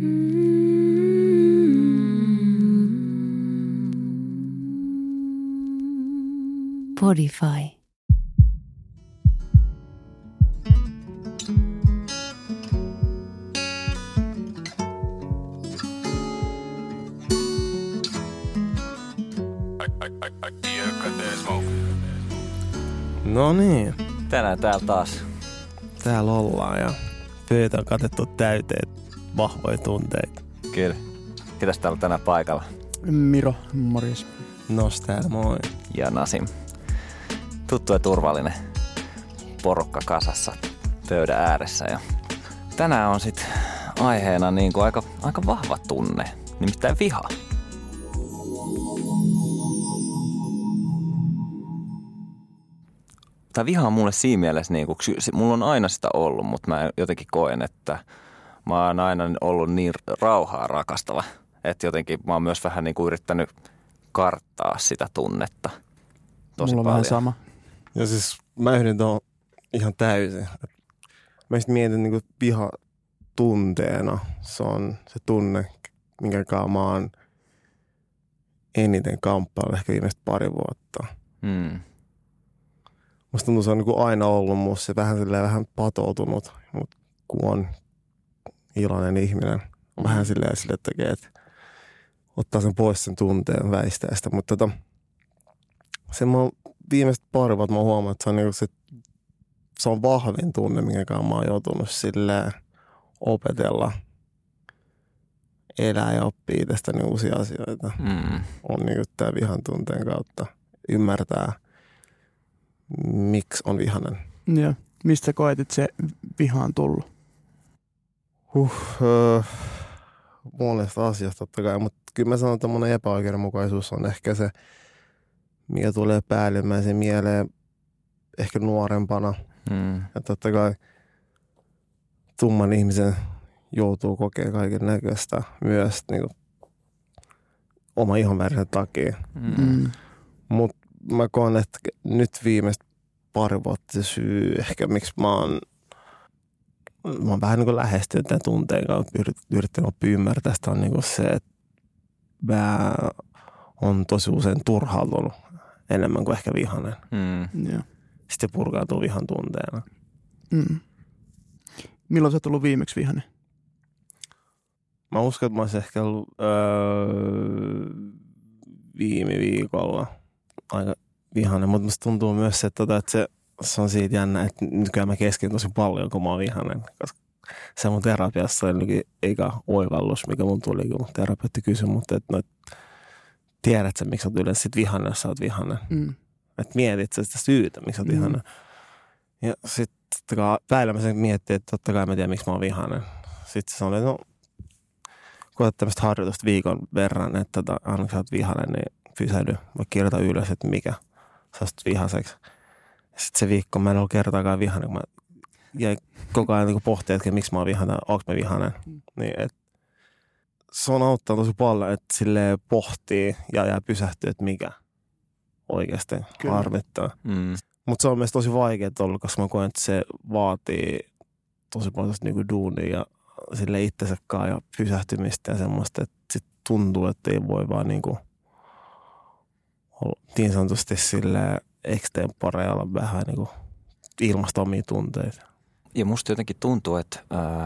Podify. No niin, Tänään täällä taas. täällä ollaan ja pöytä on katettu täyteen vahvoja tunteita. Kyllä. Ketäs täällä tänään paikalla? Miro, morjes. Nos täällä, moi. Ja Nasim. Tuttu ja turvallinen porukka kasassa pöydän ääressä. Ja tänään on sitten aiheena niin kuin aika vahva tunne, nimittäin viha. Tämä viha on mulle siinä mielessä, niin kuin, mulla on aina sitä ollut, mutta mä jotenkin koen, että mä oon aina ollut niin rauhaa rakastava, että jotenkin mä oon myös vähän niin kuin yrittänyt karttaa sitä tunnetta tosi Mulla on paljon. vähän sama. Ja siis mä yhdyn tuon ihan täysin. Mä sitten mietin niin viha tunteena. Se on se tunne, minkä kanssa mä oon eniten kamppaillut ehkä viimeiset pari vuotta. Musta tuntuu, se on niin aina ollut musta vähän patoutunut, mutta kun on iloinen ihminen, vähän silleen tekee, että ottaa sen pois sen tunteen, väistää sitä. Mutta sen mä oon viimeiset pari vuotta mä oon huomannut, että se on, niin se on vahvin tunne, minkä mä oon joutunut silleen opetella, elää ja oppii tästä niin uusia asioita. On niin tämän vihan tunteen kautta ymmärtää, miksi on vihainen. Ja mistä koet, että se viha on tullut? Monesta asiasta totta kai, mutta kyllä mä sanon, että tämmöinen epäoikeudenmukaisuus on ehkä se, mikä tulee päällimmäisen mieleen ehkä nuorempana. Ja totta kai tumman ihmisen joutuu kokemaan kaiken näköistä myös niin kuin oma ihonvärisen takia. Mutta mä koen, että nyt viimeistä pari vuotta se syy ehkä, miksi mä oon vähän niin kuin lähestynyt tämän tunteen kautta, yrittänyt oppia ymmärtää sitä, on niin kuin se, että mä on tosi usein turhautunut enemmän kuin ehkä vihainen. Sitten purkautuu vihan tunteena. Milloin sä oot ollut viimeksi vihainen? Mä uskon, että mä olisin ehkä ollut viime viikolla aika vihainen, mutta musta tuntuu myös se, että se on siitä jännä, että nykyään mä keskityn tosi paljon, kun mä oon vihainen, koska se mun terapiassa oli eikä oivallus, mikä mun tuli, kun mun terapeutti kysyi, mutta että tiedät sä, miksi oot yleensä sit vihainen, jos sä oot vihainen. Että mietit sä sitä syytä, miksi oot vihainen. Ja sitten päivällä mä sen miettii, että totta kai mä tiedän, miksi mä oon vihainen. Sitten se sanoi, että no, kun otat tämmöistä harjoitusta viikon verran, että aina kun sä oot vihainen, niin pysähdy, voi kirjoita ylös, että mikä sä oot vihaseksi. Sitten se viikko mä en ollut kertaakaan vihainen, kun mä jäin koko ajan niin pohtia, että miksi mä oon vihainen, onko mä vihainen. Niin, se on auttanut tosi paljon, että silleen pohtii ja pysähtyy, että mikä oikeasti harmittaa. Mutta se on myös tosi vaikeaa ollut, koska mä koen, että se vaatii tosi paljon niinku duunia ja sille itsensäkaan ja pysähtymistä ja semmoista, että sit tuntuu, että ei voi vaan niinku olla niin sanotusti silleen extempore ja olla vähän niinku ilmasta omia tunteita. Ja musta jotenkin tuntuu, että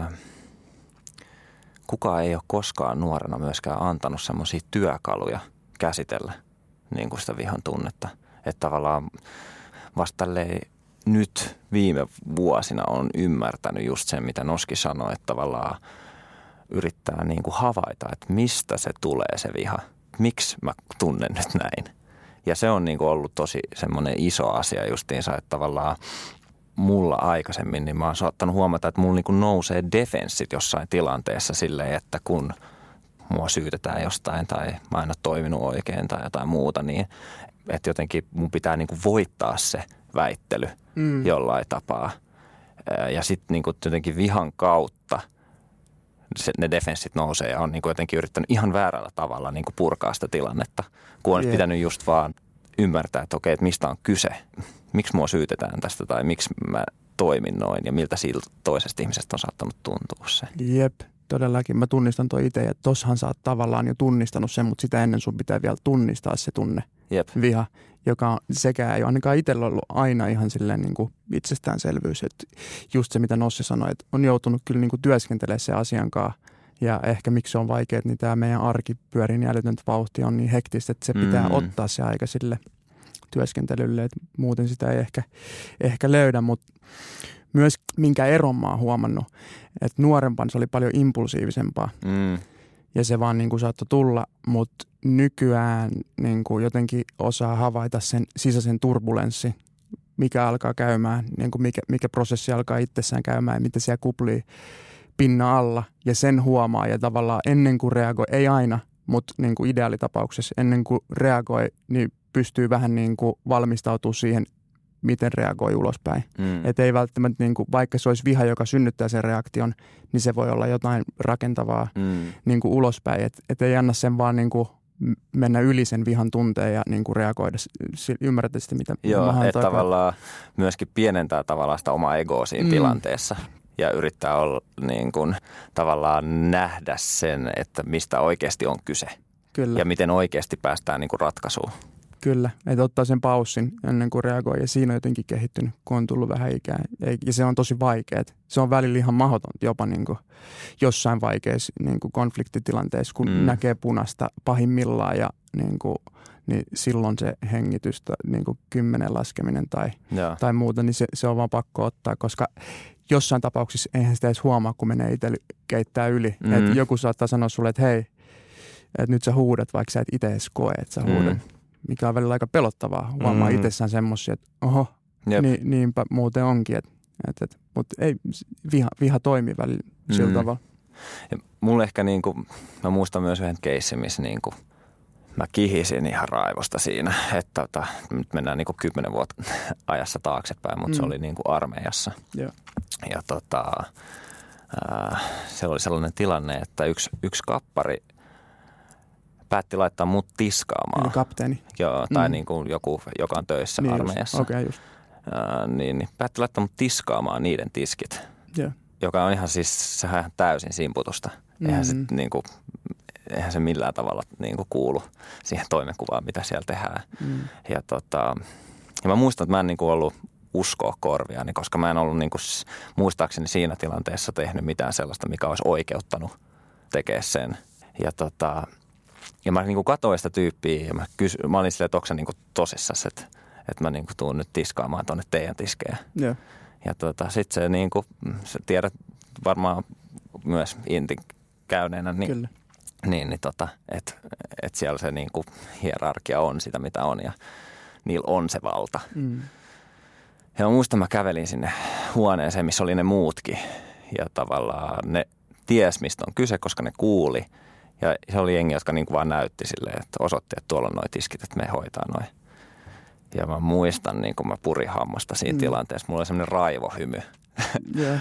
kukaan ei ole koskaan nuorena myöskään antanut semmoisia työkaluja käsitellä niin kuin sitä vihan tunnetta. Että tavallaan vasta nyt viime vuosina on ymmärtänyt just sen, mitä Noski sanoi, että tavallaan yrittää niin kuin havaita, että mistä se tulee se viha. Miksi mä tunnen nyt näin? Ja se on niin kuin ollut tosi semmoinen iso asia justiinsa, että tavallaan mulla aikaisemmin, niin mä oon saattanut huomata, että mulla niin kuin nousee defenssit jossain tilanteessa silleen, että kun mua syytetään jostain tai mä en ole toiminut oikein tai jotain muuta, niin että jotenkin mun pitää niin kuin voittaa se väittely jollain tapaa. Ja sitten niin kuin jotenkin vihan kautta ne defenssit nousee ja on niin kuin jotenkin yrittänyt ihan väärällä tavalla niin kuin purkaa sitä tilannetta, kun on pitänyt just vaan ymmärtää, että okei, että mistä on kyse, miksi mua syytetään tästä tai miksi mä toimin noin ja miltä siltä toisesta ihmisestä on saattanut tuntua se. Jep. Todellakin. Mä tunnistan toi itse, että tossahan sä oot tavallaan jo tunnistanut sen, mutta sitä ennen sun pitää vielä tunnistaa se tunne. Jep. Viha, joka sekä ei ole ainakaan itsellä ollut aina ihan silleen niin kuin itsestäänselvyys. Että just se, mitä Nossi sanoi, että on joutunut kyllä niin kuin työskentelemään se asian kanssa. Ja ehkä miksi se on vaikeaa, niin tämä meidän arki pyörii niin älytöntä vauhtia on niin hektistä, että se pitää ottaa se aika sille työskentelylle. Että muuten sitä ei ehkä löydä, mutta myös minkä eron mä oon huomannut, että nuorempana se oli paljon impulsiivisempaa. Ja se vaan niin kuin saattoi tulla, mutta nykyään niin kuin jotenkin osaa havaita sen sisäisen turbulenssi, mikä alkaa käymään, niin kuin mikä prosessi alkaa itsessään käymään ja mitä siellä kuplii pinnan alla. Ja sen huomaa ja tavallaan ennen kuin reagoi, ei aina, mutta niin kuin ideaalitapauksessa ennen kuin reagoi, niin pystyy vähän niin kuin valmistautumaan siihen, miten reagoi ulospäin. Että ei välttämättä, niin kuin, vaikka se olisi viha, joka synnyttää sen reaktion, niin se voi olla jotain rakentavaa niin kuin ulospäin. Että ei anna sen vaan niin kuin mennä yli sen vihan tunteen ja niin kuin reagoida. Ymmärrätte sitä, mitä Joo, että tavallaan myöskin pienentää tavallaan sitä omaa egoa siinä tilanteessa. Ja yrittää olla niin kuin, tavallaan nähdä sen, että mistä oikeasti on kyse. Kyllä. Ja miten oikeasti päästään niin kuin ratkaisuun. Kyllä, että ottaa sen paussin ennen kuin reagoi ja siinä on jotenkin kehittynyt, kun on tullut vähän ikää. Ja se on tosi vaikeaa. Se on välillä ihan mahdotonta jopa niin kuin jossain vaikeissa niin kuin konfliktitilanteissa, kun näkee punaista pahimmillaan ja niin silloin se hengitystä niin kuin 10 laskeminen tai muuta, niin se on vaan pakko ottaa, koska jossain tapauksissa eihän sitä edes huomaa, kun menee itse keittää yli. Että joku saattaa sanoa sulle, että hei, että nyt sä huudat, vaikka sä et itse edes koe, että sä huudat. Mikä on välillä aika pelottavaa. Huomaa itsessään semmoisia, että oho, niinpä muuten onkin. Mutta ei, viha toimii välillä sillä tavalla. Ja mulle ehkä mä muistan myös yhden keissin, missä mä kihisin ihan raivosta siinä, että nyt mennään 10 vuotta ajassa taaksepäin, mutta se oli armeijassa. Joo. Ja se oli sellainen tilanne, että yksi kappari päätti laittaa mut tiskaamaan. Eli kapteeni. Joo, tai joku, joka on töissä armeijassa. Okei, just. Niin päätti laittaa mut tiskaamaan niiden tiskit. Joo. Joka on ihan siis, sehän ihan täysin simputusta. Eihän se millään tavalla kuulu siihen toimenkuvaan, mitä siellä tehdään. Ja mä muistan, että mä en ollut uskoa korviani, koska mä en ollut muistaakseni siinä tilanteessa tehnyt mitään sellaista, mikä olisi oikeuttanut tekemään sen. Ja mä katsoin sitä tyyppiä ja mä olin silleen, että onko sä tosissas, että mä tuun nyt tiskaamaan tuonne teidän tiskeen. Yeah. Ja sit se sä tiedät varmaan myös intin käyneenä, että siellä se hierarkia on sitä, mitä on ja niillä on se valta. Ja mä muistan, mä kävelin sinne huoneeseen, missä oli ne muutkin ja tavallaan ne ties, mistä on kyse, koska ne kuuli. Ja se oli jengi, jotka vaan näytti silleen, että osoitti, että tuolla on noi tiskit, että me hoitaa noin. Ja mä muistan, kun mä purin hammasta siinä tilanteessa, mulla oli semmoinen raivohymy. Yeah.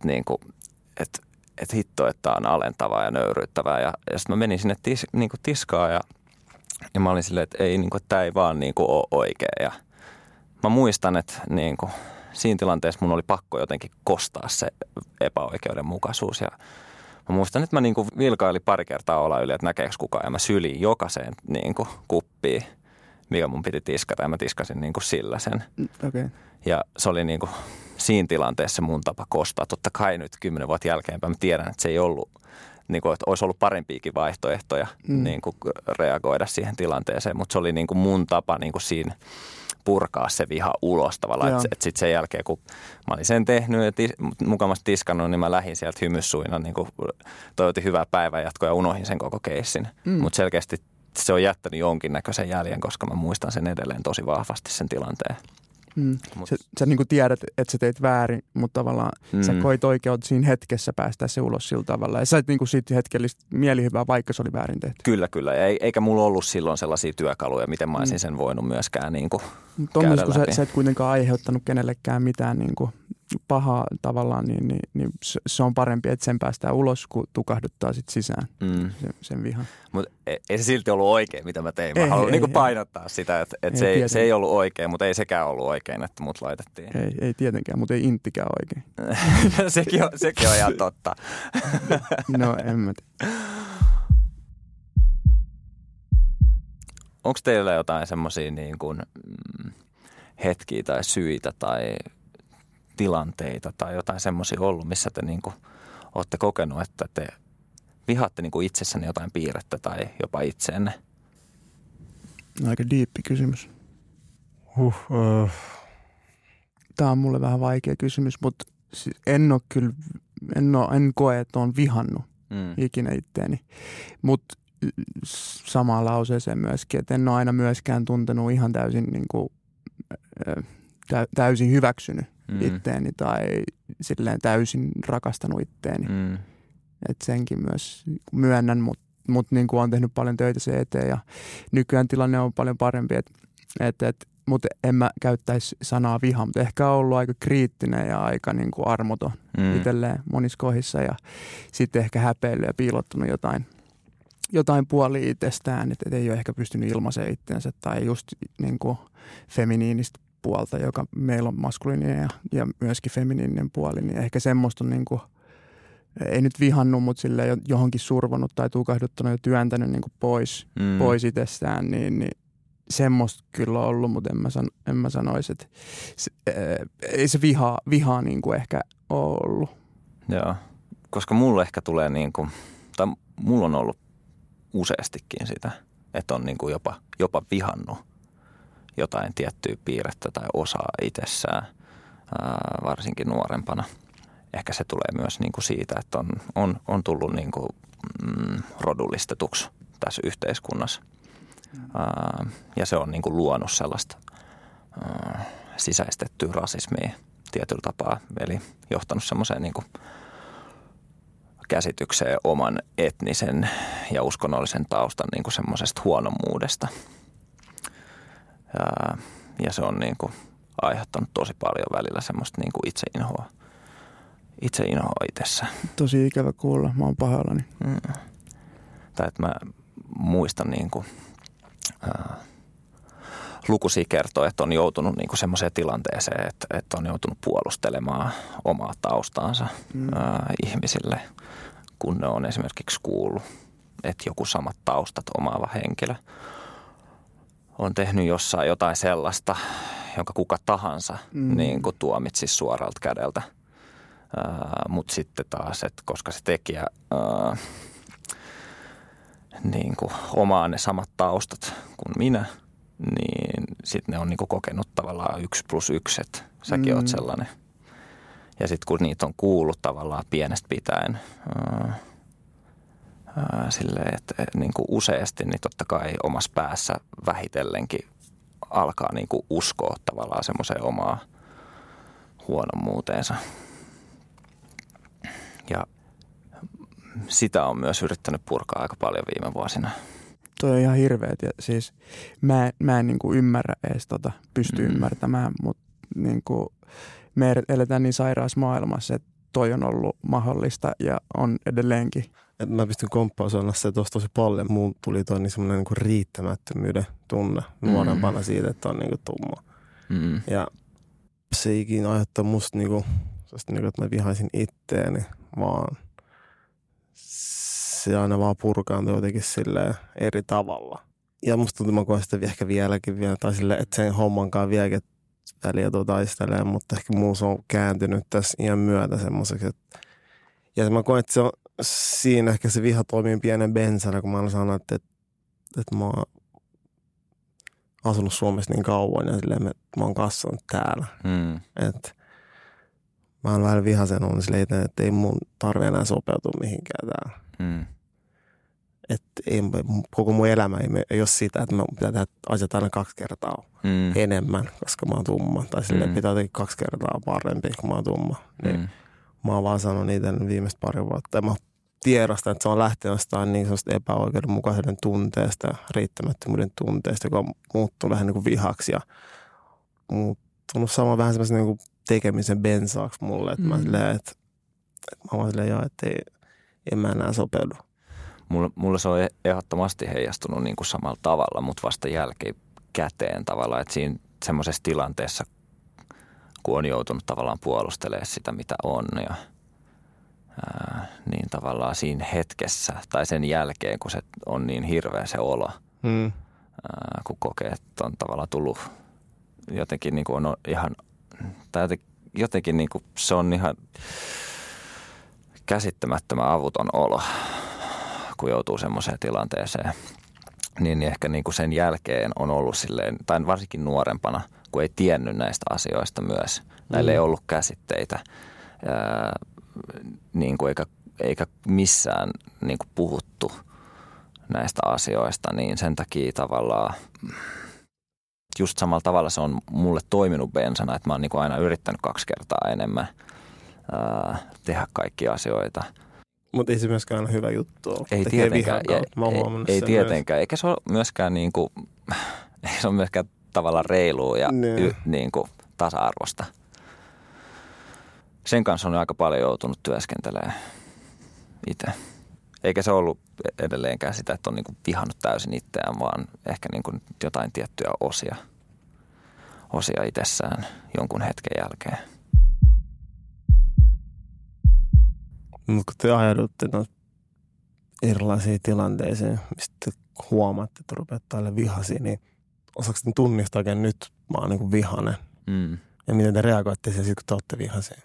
että hitto, että tää on alentavaa ja nöyryyttävää. Ja sitten mä menin sinne tiskaan ja mä olin silleen, että ei, että tää ei vaan ole oikein. Ja mä muistan, että siinä tilanteessa mun oli pakko jotenkin kostaa se epäoikeudenmukaisuus ja mä muistan, että mä vilkailin pari kertaa olla yli, että näkeekö kukaan ja mä syliin jokaiseen kuppiin, mikä mun piti tiskata ja mä tiskasin sillä sen. Okay. Ja se oli siinä tilanteessa mun tapa kostaa. Totta kai nyt 10 vuotta jälkeenpäin mä tiedän, että se ei ollut, että olisi ollut parempiakin vaihtoehtoja reagoida siihen tilanteeseen, mutta se oli mun tapa siinä purkaa se viha ulos tavallaan. Että sitten sen jälkeen, kun mä olin sen tehnyt ja mukavasti tiskannut, niin mä lähdin sieltä hymyssuina, toivotin hyvää päivänjatkoa ja unohin sen koko keissin. Mutta selkeästi se on jättänyt jonkinnäköisen jäljen, koska mä muistan sen edelleen tosi vahvasti sen tilanteen. Sä tiedät, että sä teit väärin, mutta tavallaan sä koit oikeut siinä hetkessä päästä se ulos sillä tavalla. Ja sä et siitä hetkellistä mielihyvää, vaikka se oli väärin tehty. Kyllä. Eikä mulla ollut silloin sellaisia työkaluja, miten mä olisin sen voinut myöskään käydä läpi. Sä et kuitenkaan aiheuttanut kenellekään mitään pahaa tavallaan, niin se on parempi, että sen päästään ulos, kun tukahduttaa sit sisään sen vihan. Mutta ei se silti ollut oikein, mitä mä tein. Mä haluan niinku painottaa sitä, että se ei ollut oikein, mutta ei sekään ollut oikein, että mut laitettiin. Ei tietenkään, mutta ei inttikään oikein. sekin on ihan totta. No en mä tiedä. Onko teillä jotain semmoisia niin kuin hetkiä tai syitä tai tilanteita tai jotain semmoisia ollut, missä te niin kuin olette kokenut, että te vihaatte niin kuin itsessänne jotain piirrettä tai jopa itseenne? Aika diippi kysymys. Tämä on mulle vähän vaikea kysymys, mutta en koe, että olen vihannut ikinä itteeni. Mutta samaan lauseeseen myöskin, että en ole aina myöskään tuntenut ihan täysin, niin kuin, täysin hyväksynyt itteeni tai silleen täysin rakastanut itteeni. Että senkin myös myönnän, mutta niin kuin olen tehnyt paljon töitä sen eteen ja nykyään tilanne on paljon parempi, mutta en mä käyttäisi sanaa viha, mutta ehkä on ollut aika kriittinen ja aika niin kuin armoton itselleen monissa kohdissa ja sitten ehkä häpeillyt ja piilottunut jotain puolia itsestään, että ei ole ehkä pystynyt ilmaisemaan itseänsä tai just niin kuin feminiinistä puolta, joka meillä on maskuliininen ja myöskin feminiininen puoli, niin ehkä semmoista on niin kuin, ei nyt vihannut, mutta silleen johonkin survonut tai tukahduttanut ja työntänyt niin kuin pois itsestään, niin semmoista kyllä on ollut, mutta en mä sanoisi, että ei se vihaa niin kuin ehkä ole ollut. Joo, koska mulla ehkä tulee niin kuin, tai mulla on ollut useastikin sitä, että on niin kuin jopa vihannut jotain tiettyä piirrettä tai osaa itsessään, varsinkin nuorempana. Ehkä se tulee myös niin kuin siitä, että on tullut niin kuin, rodullistetuksi tässä yhteiskunnassa. Ja se on niin kuin luonut sellaista sisäistettyä rasismia tietyllä tapaa, eli johtanut semmoiseen niin kuin käsitykseen oman etnisen ja uskonnollisen taustan niin kuin semmoisesta huonommuudesta. Ja se on niin kuin aiheuttanut tosi paljon välillä semmoista niin kuin itseinhoa itsessään. Tosi ikävä kuulla, mä oon pahoillani. Tai että mä muistan niin kuin, lukuisia kertoo, että on joutunut niin kuin semmoiseen tilanteeseen, että on joutunut puolustelemaan omaa taustaansa ihmisille, kun ne on esimerkiksi kuullut, että joku samat taustat omaava henkilö on tehnyt jossain jotain sellaista, jonka kuka tahansa niin kuin tuomitsisi suoralta kädeltä. Mutta sitten taas, että koska se tekijä niin kuin omaa ne samat taustat kuin minä, niin sitten ne on niin kuin kokenut tavallaan 1+1, että säkin oot sellainen. Ja sitten kun niitä on kuullut tavallaan pienestä pitäen silleen, että niin kuin useasti, niin totta kai omassa päässä vähitellenkin alkaa niin kuin uskoa tavallaan semmoiseen omaa huonommuuteensa. Ja sitä on myös yrittänyt purkaa aika paljon viime vuosina. Toi on ihan hirveet ja siis mä en niin kuin ymmärrä edes pysty ymmärtämään, mutta niin kuin me eletään niin sairaassa maailmassa, että toi on ollut mahdollista ja on edelleenkin. Et mä pystyn komppausoimaan se tuossa tosi paljon. Mulla tuli toi niin semmoinen niin riittämättömyyden tunne nuorempana siitä, että on niin kuin tumma. Ja se ei ikinä aiheuttaa musta niin kuin, että mä vihaisin itteeni, vaan se aina vaan purkaantui jotenkin silleen eri tavalla. Ja musta tuntuu, mä koen sitä ehkä vieläkin tai silleen, että sen hommankaan vieläkin väliä taistelee, mutta ehkä muu se on kääntynyt tässä iän myötä semmoiseksi. Ja mä koen, että se on siinä ehkä se viha toimii pienen bensana, kun mä aina sanon, että mä oon asunut Suomessa niin kauan ja silleen, että mä oon kasvanut täällä. Että mä oon vähän vihaisen on silleen, että ei mun tarvi enää sopeutua mihinkään täällä. Että koko mun elämä ei ole sitä, että mä pitää tehdä asiat aina 2 kertaa enemmän, koska mä oon tumma. Tai silleen pitää jotenkin 2 kertaa parempi, kun mä oon tumma. Niin mä oon vaan sanonut itselleni viimeistä 2 vuotta. Ja mä tiedostan, että se on lähtenyt jostain niin sellaista epäoikeudenmukaisuuden tunteesta, riittämättömyyden tunteesta, joka on muuttunut vähän niin kuin vihaksi ja muuttunut sama vähän semmoisen niin kuin tekemisen bensaaksi mulle. Että mä silleen, että mä vaan silleen, että en mä enää sopeudu. Mulla se on ehdottomasti heijastunut niin kuin samalla tavalla, mutta vasta jälkikäteen tavallaan, että siinä semmoisessa tilanteessa, kun on joutunut tavallaan puolustelemaan sitä, mitä on ja niin tavallaan siinä hetkessä tai sen jälkeen, kun se on niin hirveä se olo, kun kokee, että on tavallaan tullut jotenkin niin kuin on ihan, tai jotenkin niin kuin se on ihan käsittämättömän avuton olo, kun joutuu semmoiseen tilanteeseen. Niin ehkä niin kuin sen jälkeen on ollut silleen, tai varsinkin nuorempana, kun ei tiennyt näistä asioista myös. Näillä ei ollut käsitteitä, niin kuin eikä missään niin kuin puhuttu näistä asioista, niin sen takia tavallaan just samalla tavalla se on mulle toiminut bensana, että mä oon niin kuin aina yrittänyt 2 kertaa enemmän tehdä kaikkia asioita. Mutta ei se myöskään ole hyvä juttu ole. Ei tietenkään. Ei tietenkään. Eikä se ole myöskään, niin kuin, ei se ole myöskään tavallaan reilua ja niin kuin tasa-arvosta. Sen kanssa on aika paljon joutunut työskentelemään itse. Eikä se ollut edelleenkään sitä, että on niin kuin vihannut täysin itseään, vaan ehkä niin kuin jotain tiettyjä osia itsessään jonkun hetken jälkeen. Mutta kun te ajaudutte erilaisiin tilanteisiin, mistä huomaatte, että rupeatte olemaan vihaisia, niin osaako te tunnistaa, että nyt mä oon niin kuin vihainen? Ja miten te reagoitte siihen, kun te olette vihaisia?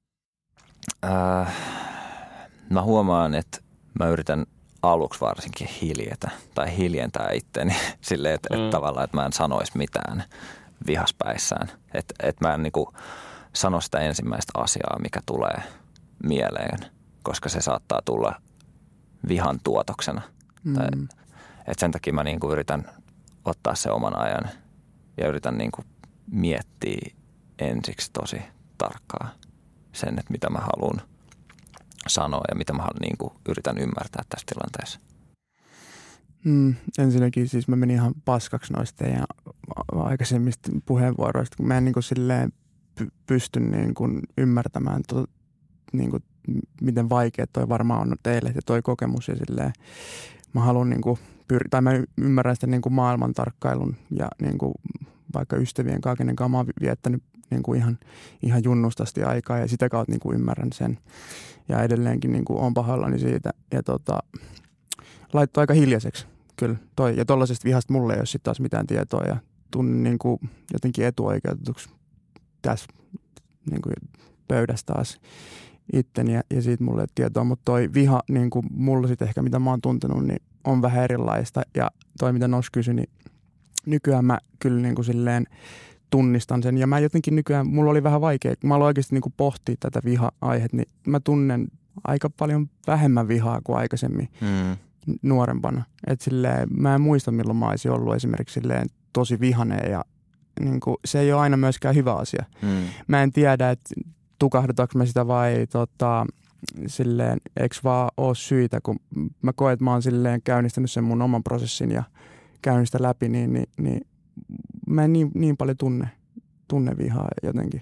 Mä huomaan, että mä yritän aluksi varsinkin hiljentää itteni silleen, että tavallaan, että mä en sanoisi mitään vihaspäissään. Että mä en niin kuin sano sitä ensimmäistä asiaa, mikä tulee mieleen, koska se saattaa tulla vihan tuotoksena. Et sen takia mä niin kuin yritän ottaa se oman ajan ja yritän niin kuin miettiä ensiksi tosi tarkkaan sen, että mitä mä haluan sanoa ja mitä mä niin kuin yritän ymmärtää tässä tilanteessa. Ensinnäkin siis mä menin ihan paskaksi noista teidän aikaisemmista puheenvuoroista, kun mä en niin kuin silleen pysty niin kuin ymmärtämään niin kuin miten vaikea toi varmaan on teille ja toi kokemus ja silleen mä haluan niin kuin tai mä ymmärrän sitä niin kuin maailmantarkkailun ja niin kuin vaikka ystävien kanssa, kenen kanssa mä oon viettänyt niin kuin ihan junnustasti aikaa ja sitä kautta niin kuin ymmärrän sen ja edelleenkin niin kuin on pahoillani siitä ja laittoi aika hiljaiseksi kyllä toi ja tollasesta vihasta mulle ei ole sitten taas mitään tietoa ja tunnen niin kuin jotenkin etuoikeutetuksi tässä niin kuin pöydässä taas itteni ja siitä mulle ei tietoa, mutta toi viha niin kuin mulla sitten ehkä mitä mä oon tuntenut, niin on vähän erilaista ja toi mitä Nos kysyi, niin nykyään mä kyllä niin kuin silleen tunnistan sen ja mä jotenkin nykyään, mulla oli vähän vaikea, kun mä aloin oikeasti niin kuin pohtia tätä viha-aihetta, niin mä tunnen aika paljon vähemmän vihaa kuin aikaisemmin nuorempana. Että silleen, mä en muista milloin mä olisin ollut esimerkiksi silleen tosi vihainen ja niin kuin, se ei ole aina myöskään hyvä asia. Mä en tiedä, että tukahdutaanko mä sitä vai silleen, eikö vaan ole syitä, kun mä koen, että mä oon silleen käynnistänyt sen mun oman prosessin ja käynyt sitä läpi, niin mä en niin paljon tunne vihaa jotenkin.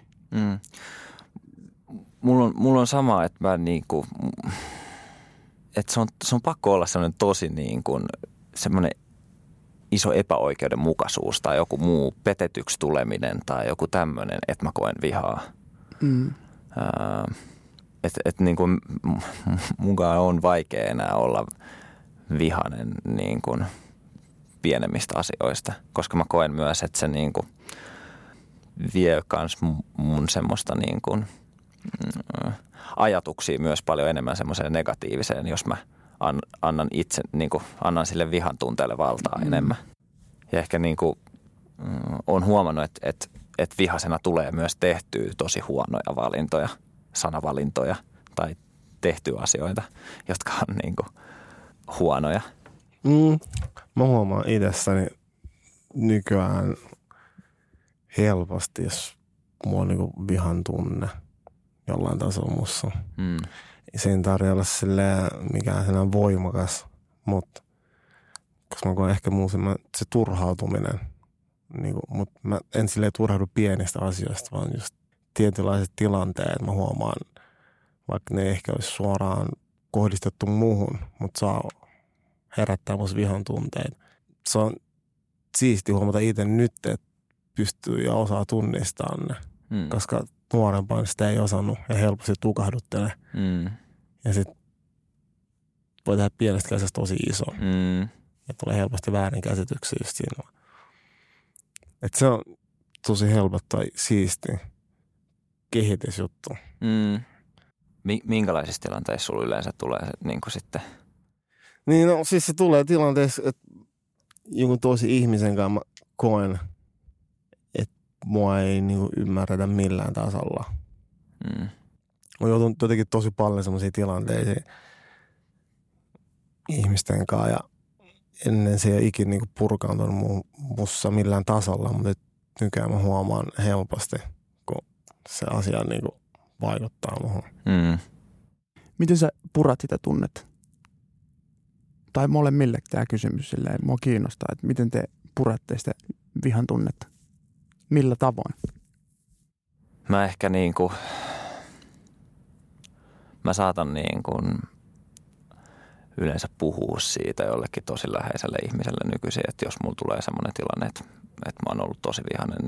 Mulla on sama, että mä niinku, että se on pakko olla sellainen tosi niin kuin semmoinen iso epäoikeudenmukaisuus tai joku muu petetyksi tuleminen tai joku tämmöinen, että mä koen vihaa. Että niin kuin mukaan on vaikea enää olla vihainen niin kuin pienemmistä asioista, koska mä koen myös, että se niin kuin vie kans mun semmoista niin kuin ajatuksia myös paljon enemmän semmoiseen negatiiviseen, jos mä annan itse, niin kuin, annan sille vihan tunteelle valtaa enemmän. Ja ehkä niin kuin, on huomannut, että vihasena tulee myös tehtyä tosi huonoja valintoja, sanavalintoja tai tehtyä asioita, jotka on niin kuin huonoja. Mä huomaan itsessäni nykyään helposti, jos mulla on niin kuin vihan tunne jollain tasolla mussa. Se ei tarvitse olla mikään sellainen voimakas, mutta koska mä koen ehkä muu se turhautuminen. Niin kuin, mutta mä en silleen turhaudu pienistä asioista, vaan just tietynlaiset tilanteet, mä huomaan, vaikka ne ei ehkä olisi suoraan kohdistettu muuhun, mutta saa herättää musta vihan tunteet. Se on siisti huomata itse nyt, että pystyy ja osaa tunnistaa ne, koska nuorempaan sitä ei osannut ja helposti tukahduttelee. Ja sitten voi tehdä pienestä käsisestä tosi iso. Ja tulee helposti väärinkäsityksiä just siinä. Että se on tosi helpottaa siisti kehitysjuttu. Minkälaisissa tilanteissa sulla yleensä tulee se niin kuin sitten? Niin no siis se tulee tilanteessa, että jonkun tosi ihmisen kanssa mä koen, että mua ei niin kuin ymmärretä millään tasolla. Mä joutun jotenkin tosi paljon semmoisia tilanteisiin ihmisten kanssa ja ennen se ei ole ikinä niin purkaantunut mussa millään tasolla, mutta nykyään mä huomaan helposti, kun se asia niin vaikuttaa muhun. Miten sä purat sitä tunnetta? Tai molemmille tämä kysymys silleen, mua kiinnostaa, että miten te puratte sitä vihan tunnetta? Millä tavoin? Mä ehkä mä saatan yleensä puhua siitä jollekin tosi läheiselle ihmiselle nykyisin, että jos mulla tulee semmoinen tilanne, että mä oon ollut tosi vihainen,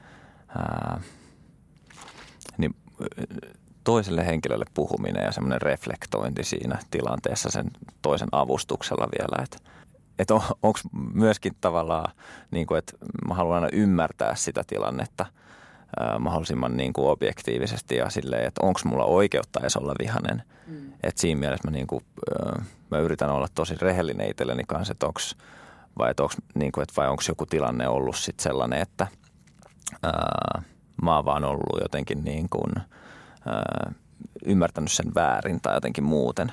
niin toiselle henkilölle puhuminen ja semmoinen reflektointi siinä tilanteessa sen toisen avustuksella vielä, että onko myöskin tavallaan, että mä haluan aina ymmärtää sitä tilannetta mahdollisimman objektiivisesti ja silleen, että onko mulla oikeutta edes olla vihainen. Että siinä mielessä mä yritän olla tosi rehellinen itselleni kanssa, että onko joku tilanne ollut sit sellainen, että mä oon vaan ollut jotenkin ymmärtänyt sen väärin tai jotenkin muuten.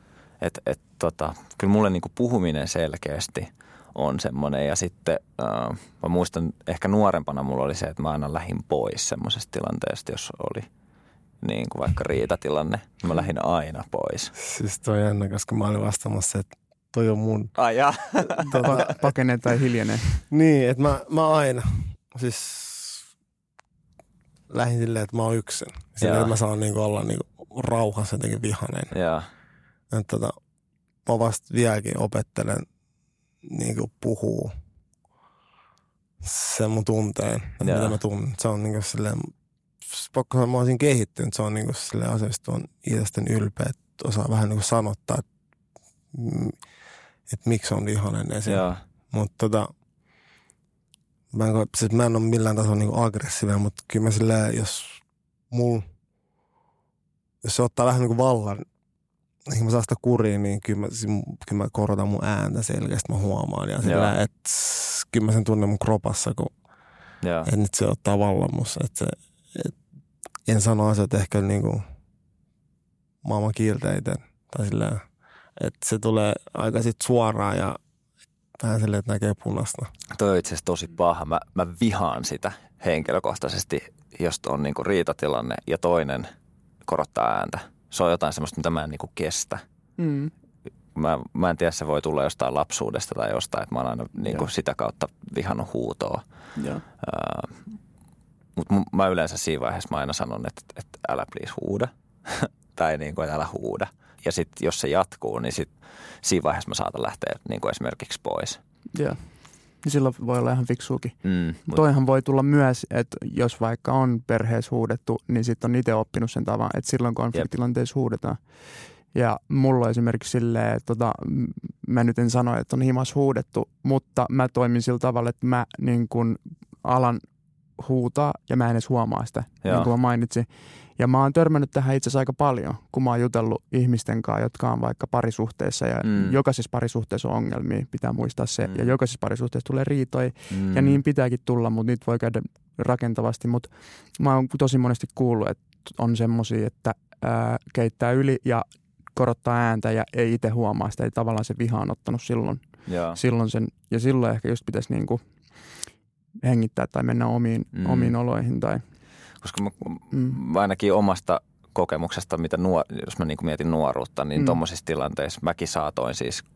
Kyllä mulle puhuminen selkeästi on semmoinen ja sitten mä muistan ehkä nuorempana mulla oli se, että mä aina lähdin pois semmoisesta tilanteesta, jos oli vaikka riitatilanne. Mä lähdin aina pois. Siis toi on jännä, koska mä olin vastaamassa, että toi on mun. Ai jaa. Pakenee tai hiljenee. Niin, että mä aina siis lähdin silleen, että mä oon yksin. Silleen, että mä saan olla rauhassa jotenkin vihainen. Jaa. Että mä vasta vieläkin opettelen puhuu sen mun tunteen, että mitä mä tunnen. Se on silleen, pakko mä olisin kehittynyt, se on silleen asioista on itsestäni ylpeä, että osaa vähän sanottaa, että miksi on vihainen esim. Mutta mä en ole millään tasolla aggressiivinen, mutta kyllä mä silleen, jos se ottaa vähän vallan, mä saan sitä kuriin, niin kyllä mä korotan mun ääntä selkeästi, mä huomaan. Ja sillä, että kyllä mä sen tunnen mun kropassa, että nyt se ottaa vallan musta. Että en sano asioita ehkä maailman kiilteiten. Tai sillä, että se tulee aika sit suoraan ja vähän silleen, että näkee punaista. Toi on itse asiassa tosi paha. Mä vihaan sitä henkilökohtaisesti, jos on riitatilanne ja toinen korottaa ääntä. Se on jotain semmoista, mitä mä en kestä. Mä en tiedä, se voi tulla jostain lapsuudesta tai jostain, että mä oon aina sitä kautta vihannut huutoa. Mutta mä yleensä siinä vaiheessa mä aina sanon, että älä please huuda. Tai että älä huuda. Ja sitten jos se jatkuu, niin siinä vaiheessa mä saatan lähteä esimerkiksi pois. Joo. Niin silloin voi olla ihan fiksuukin. Toihan voi tulla myös, että jos vaikka on perheessä huudettu, niin sitten on itse oppinut sen tavan, että silloin konfliktilanteessa huudetaan. Ja mulla on esimerkiksi silleen, että mä nyt en sano, että on himas huudettu, mutta mä toimin sillä tavalla, että mä alan huutaa ja mä en edes huomaa sitä, niin kuin mä mainitsin. Ja mä oon törmännyt tähän itse asiassa aika paljon, kun mä oon jutellut ihmisten kanssa, jotka on vaikka parisuhteessa ja jokaisessa parisuhteessa on ongelmia, pitää muistaa se. Ja jokaisessa parisuhteessa tulee riitoja ja niin pitääkin tulla, mutta niitä voi käydä rakentavasti. Mutta mä oon tosi monesti kuullut, että on semmosia, että keittää yli ja korottaa ääntä ja ei itse huomaa sitä. Ei tavallaan se viha on ottanut silloin sen. Ja silloin ehkä just pitäisi hengittää tai mennä omiin oloihin tai... Koska mä ainakin omasta kokemuksesta, jos mä mietin nuoruutta, niin tommosissa tilanteissa mäkin saatoin siis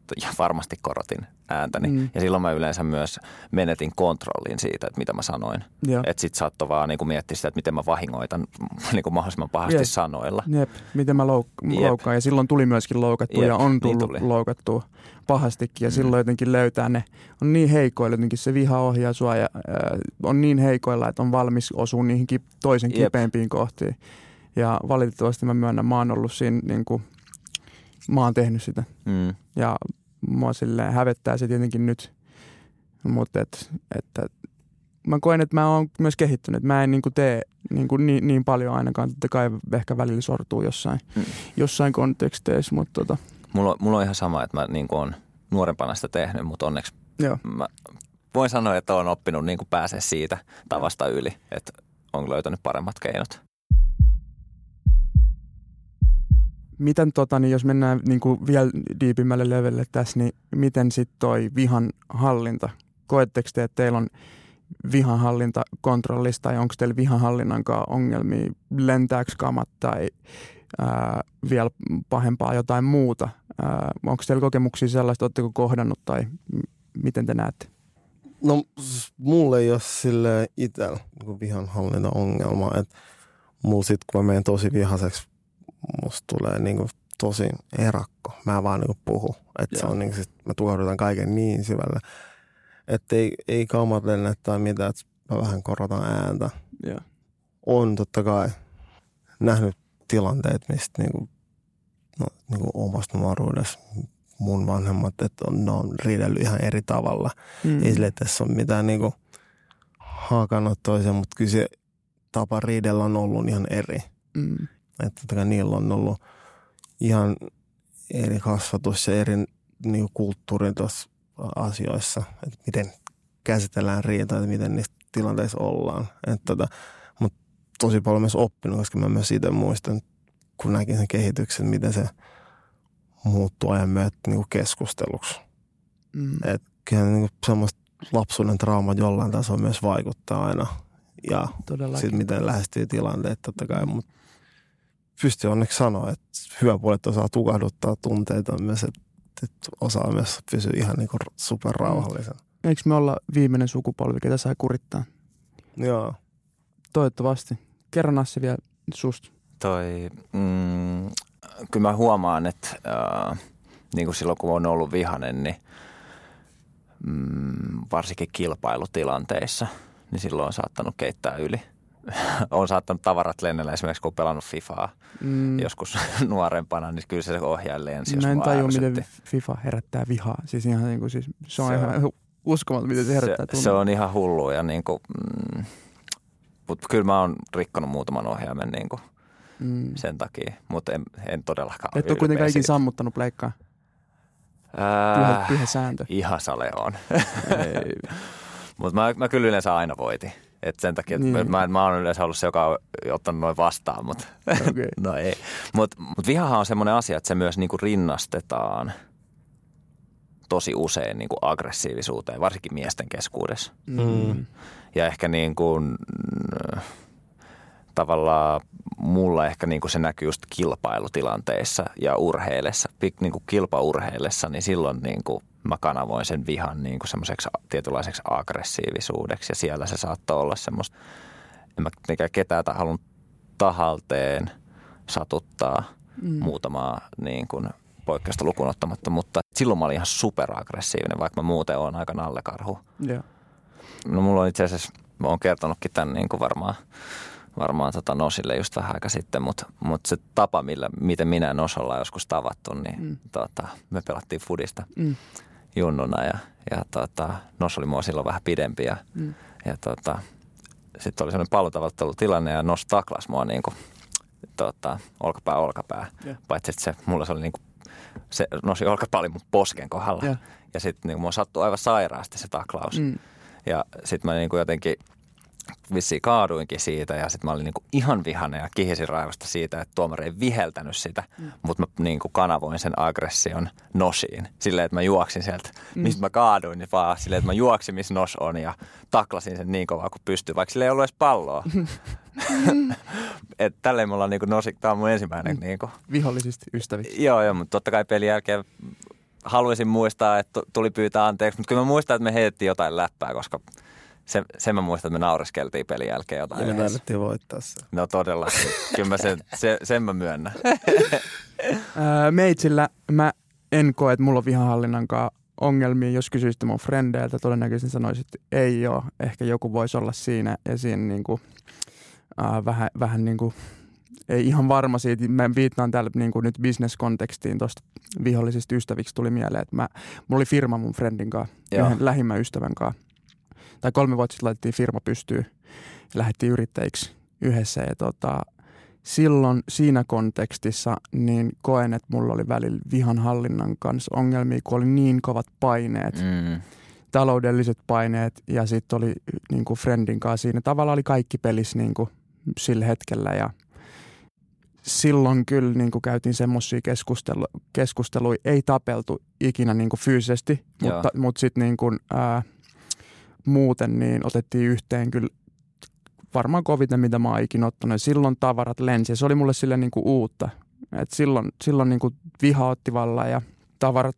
ja varmasti korotin ääntäni. Ja silloin mä yleensä myös menetin kontrollin siitä, että mitä mä sanoin. Että sit saattoi vaan niin kuin miettiä sitä, että miten mä vahingoitan niin kuin mahdollisimman pahasti sanoilla. Jep, miten mä loukkaan. Ja silloin tuli myöskin loukattua ja on tullut loukattua pahastikin. Ja silloin jotenkin löytää ne, on niin heikoilla, jotenkin se viha ohjaa sua ja on niin heikoilla, että on valmis osua niihin toisen kipeimpiin kohtiin. Ja valitettavasti mä myönnän, mä oon ollut siinä, niin kuin, mä oon tehnyt sitä. Ja mua silleen hävettää se tietenkin nyt, mutta että mä koen, että mä oon myös kehittynyt. Mä en niin kuin tee niin paljon ainakaan, totta kai ehkä välillä sortuu jossain konteksteissa, mutta Mulla on ihan sama, että mä niin kuin on nuorempana sitä tehnyt, mutta onneksi mä voin sanoa, että oon oppinut niin kuin pääsee siitä tavasta yli, että on löytänyt paremmat keinot. Miten niin jos mennään niin kuin vielä diipimmälle levelille tässä, niin miten sitten toi vihan hallinta? Koetteko te, että teillä on vihan hallinta kontrollista tai onko teillä vihan hallinnankaan ongelmia? Lentääkö kamat tai vielä pahempaa jotain muuta? Onko teillä kokemuksia sellaista, oletteko kohdannut tai miten te näette? No mulla ei ole silleen itsellä vihan hallinta ongelmaa, että mulla sit kun mä menen tosi vihaseksi, musta tulee niinku tosi erakko. Mä vaan niinku puhu. Että se on niinku sit, mä tukahdutan kaiken niin syvälle. Että ei kamat lennä tai mitään, että mä vähän korotan ääntä. Yeah. On totta kai nähnyt tilanteet, mistä niinku omasta nuoruudessa mun vanhemmat, että ne on riidellyt ihan eri tavalla. Ei sille, että tässä on mitään niinku haakannut toiseen, mutta kyllä se tapa riidellä on ollut ihan eri. Että totta kai niillä on ollut ihan eri kasvatus ja eri niinku kulttuuri tuossa asioissa, että miten käsitellään riitaa ja miten niissä tilanteissa ollaan. Mutta tosi paljon myös oppinut, koska mä myös siitä muistan, kun näkin sen kehityksen, miten se muuttuu ajan myötä niinku keskusteluksi. Että kyllä niinku semmoista lapsuuden traumat jollain tasolla myös vaikuttaa aina. Ja sitten miten lähestyy tilanteet totta kai, mutta pystyy onneksi sanoa, että hyvä puoli, että osaa tukahduttaa tunteita myös, että osaa myös pysyä ihan niinku superrauhallisen. Eikö me olla viimeinen sukupolvi, ketä sai kurittaa? Joo. Toivottavasti. Kerro Nassi vielä susta. Kyllä mä huomaan, että niin kuin silloin kun on ollut vihainen, niin varsinkin kilpailutilanteissa, niin silloin on saattanut keittää yli. On saattanut tavarat lennellä esimerkiksi, kun on pelannut Fifaa joskus nuorempana, niin kyllä se ohjaa lensi, jos mä en tajua, miten Fifa herättää vihaa. Siis ihan niin kuin, se on ihan uskomaton, miten se herättää tunne. Se on ihan hullu ja niin kuin, mutta kyllä mä oon rikkonut muutaman ohjaimen niin kuin sen takia, mutta en todellakaan et ole kuitenkaan ikinä sammuttanut pleikkaa? Pyhä sääntö. Ihan sale on. Mutta mä kyllä yleensä aina voitin. Et sen takia, että mä oon yleensä ollut se, joka on ottanut noin vastaan, mutta no ei. Mut vihahan on semmoinen asia, että se myös niinku rinnastetaan tosi usein niinku aggressiivisuuteen, varsinkin miesten keskuudessa. Ja ehkä niinku, tavallaan mulla ehkä niinku se näkyy just kilpailutilanteissa ja urheillessa, niinku kilpaurheillessa, niin silloin niinku mä kanavoin sen vihan niin kuin semmoiseksi tietynlaiseksi aggressiivisuudeksi ja siellä se saattoi olla semmoista, en mä ketään halunnut tahalteen satuttaa muutamaa niin kuin poikkeusta lukuun ottamatta, mutta silloin mä olin ihan superaggressiivinen, vaikka mä muuten oon aika nallekarhu. Yeah. No mulla on itse asiassa, mä oon kertonutkin tämän niin kuin varmaan Nosille just vähän aika sitten, mutta se tapa, miten minä ja Nos ollaan joskus tavattu, niin me pelattiin fudista junnuna ja Nos oli mua silloin vähän pidempi ja sitten oli sellainen pallotavoittelutilanne ja Nos taklasi mua niin kuin, olkapää. Yeah. Paitsi että mulla se oli niin kuin, se Nosin olkapää oli mun posken kohdalla ja sitten niin mua sattui aivan sairaasti se taklaus. Ja sitten mä niin kuin jotenkin vissiin kaaduinkin siitä ja sitten mä olin niinku ihan vihainen ja kihisin raivosta siitä, että tuomari ei viheltänyt sitä, mutta mä niinku kanavoin sen aggression Nosiin. Silleen, että mä juoksin sieltä, mistä mä kaaduin, niin vaan silleen, että mä juoksin, missä Nos on ja taklasin sen niin kovaa kuin pystyi, vaikka sillä ei ollut edes palloa. Että tälleen me ollaan niinku Nosi, tää on mun ensimmäinen niinku. Vihollisista ystäviksi. Joo, mutta totta kai pelin jälkeen haluaisin muistaa, että tuli pyytää anteeksi, mutta kyllä mä muistan, että me heitettiin jotain läppää, koska sen mä muistan, että me naureskeltiin pelin jälkeen jotain. Ja me näytettiin voittaa se. No todella. Kyllä mä sen mä myönnän. Meitsillä mä en koe, että mulla on vihahallinnankaan ongelmia. Jos kysyisitte mun frendeiltä, todennäköisesti sanoisit, että ei ole. Ehkä joku voisi olla siinä ja siinä niinku, vähän niin kuin, ei ihan varma siitä. Mä viittaan täällä niin kuin nyt business-kontekstiin tuosta vihollisista ystäviksi tuli mieleen, että mulla oli firma mun friendin kanssa, yhden lähimmän ystävän kanssa. Tai 3 vuotta sitten laitettiin firma pystyyn ja lähdettiin yrittäjiksi yhdessä. Ja silloin siinä kontekstissa niin koen, että mulla oli välillä vihanhallinnan kanssa ongelmia, kun oli niin kovat paineet, taloudelliset paineet ja sitten oli niin kuin friendin kanssa siinä. Tavallaan oli kaikki pelissä niin kuin sillä hetkellä ja silloin kyllä niin kuin käytiin semmoisia keskusteluja, ei tapeltu ikinä niin kuin fyysisesti, mutta sitten niin kuin, muuten niin otettiin yhteen kyllä varmaan koviten, mitä mä oon ikinä ottanut. Silloin tavarat lensi ja se oli mulle silleen niin kuin uutta. Et silloin niin kuin viha otti vallan ja tavarat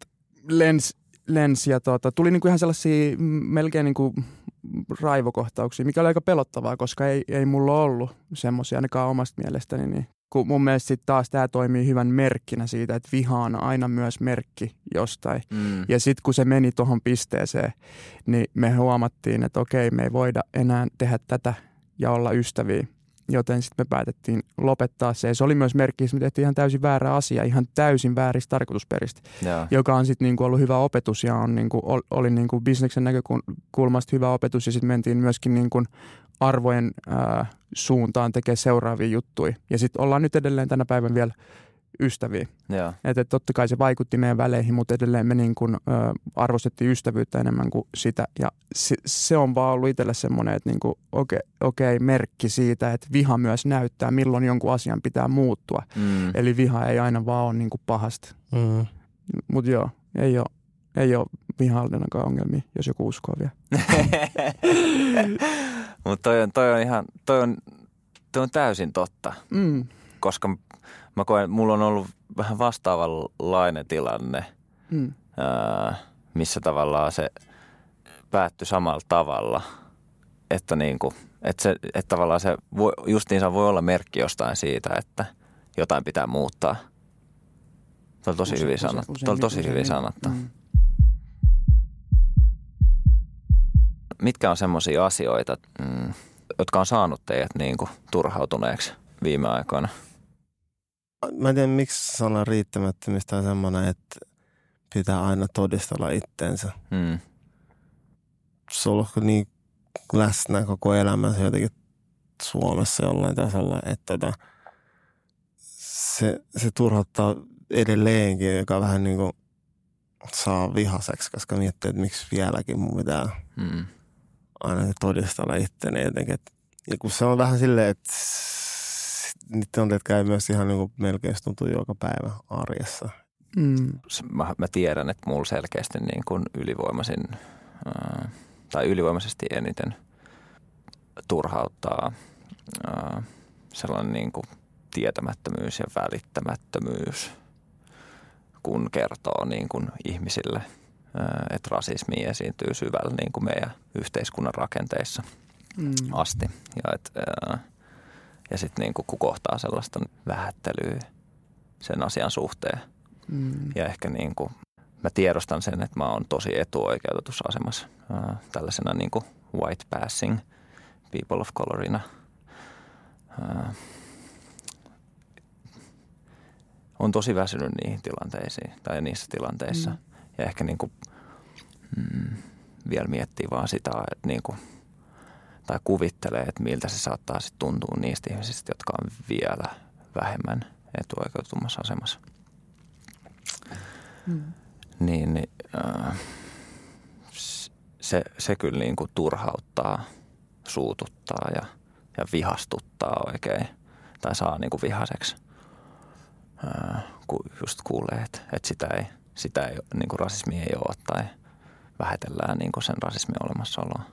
lensi ja tuli niin kuin ihan sellaisia melkein niin kuin raivokohtauksia, mikä oli aika pelottavaa, koska ei mulla ollut semmoisia ainakaan omasta mielestäni. Niin. Kun mun mielestä sitten taas tämä toimii hyvän merkkinä siitä, että viha on aina myös merkki jostain. Ja sitten kun se meni tuohon pisteeseen, niin me huomattiin, että okei, me ei voida enää tehdä tätä ja olla ystäviä. Joten sitten me päätettiin lopettaa se. Ja se oli myös merkki, että me tehtiin ihan täysin väärä asia, ihan täysin vääristä tarkoitusperistä, joka on sitten niinku ollut hyvä opetus ja oli niinku bisneksen näkökulmasta hyvä opetus. Ja sitten mentiin myöskin niinku arvojen suuntaan tekemään seuraavia juttuja. Ja sitten ollaan nyt edelleen tänä päivän vielä ystäviä. Että totta kai se vaikutti meidän väleihin, mutta edelleen me niin kuin, arvostettiin ystävyyttä enemmän kuin sitä. Ja se on vaan ollut itselle semmoinen, että niin kuin, okei, merkki siitä, että viha myös näyttää, milloin jonkun asian pitää muuttua. Eli viha ei aina vaan ole niin kuin pahasta. Mutta joo, ei ole vihahallinnankaan ongelmia, jos joku uskoo vielä. Mutta toi on täysin totta, koska mä koen, että mulla on ollut vähän vastaavanlainen tilanne, missä tavallaan se päättyi samalla tavalla, että tavallaan se justiinsa voi olla merkki jostain siitä, että jotain pitää muuttaa. Se on tosi hyvin sanottu. Se on tosi hyvin sanottu. Mitkä on semmoisia asioita, jotka on saanut teidät niin kuin turhautuneeksi viime aikoina? Mä en tiedä, miksi sana riittämättömistä on semmoinen, että pitää aina todistella itteensä. Se on ollut niin läsnä koko elämänsä jotenkin Suomessa jollain tasolla, että se turhauttaa edelleenkin, joka vähän niin kuin saa vihaseksi, koska miettii, että miksi vieläkin mun pitää aina todistella itteni jotenkin. Ja kun se on vähän silleen, että niitä tilanteet käy myös ihan niin kuin melkein tuntuu joka päivä arjessa. Mä tiedän, että mulla selkeästi niin kuin ylivoimaisesti eniten turhauttaa sellainen niin kuin tietämättömyys ja välittämättömyys, kun kertoo niin kuin ihmisille, että rasismi esiintyy syvällä niin kuin meidän yhteiskunnan rakenteissa asti. Ja sitten niin kun kohtaa sellaista vähättelyä sen asian suhteen. Ja ehkä niin kuin, mä tiedostan sen, että mä oon tosi etuoikeutetussa asemassa tällaisena niin kuin white passing people of colorina. On tosi väsynyt niihin tilanteisiin tai niissä tilanteissa. Ja ehkä niin kuin, vielä miettii vaan sitä, että niin kuin, tai kuvittelee, että miltä se saattaa sitten tuntua niistä ihmisistä, jotka on vielä vähemmän etuoikeutummassa asemassa. Se kyllä niin kuin turhauttaa, suututtaa ja vihastuttaa oikein. Tai saa niin kuin vihaseksi, kun just kuulee, että sitä ei niin kuin rasismi ei ole tai vähätellään niin kuin sen rasismin olemassaoloa.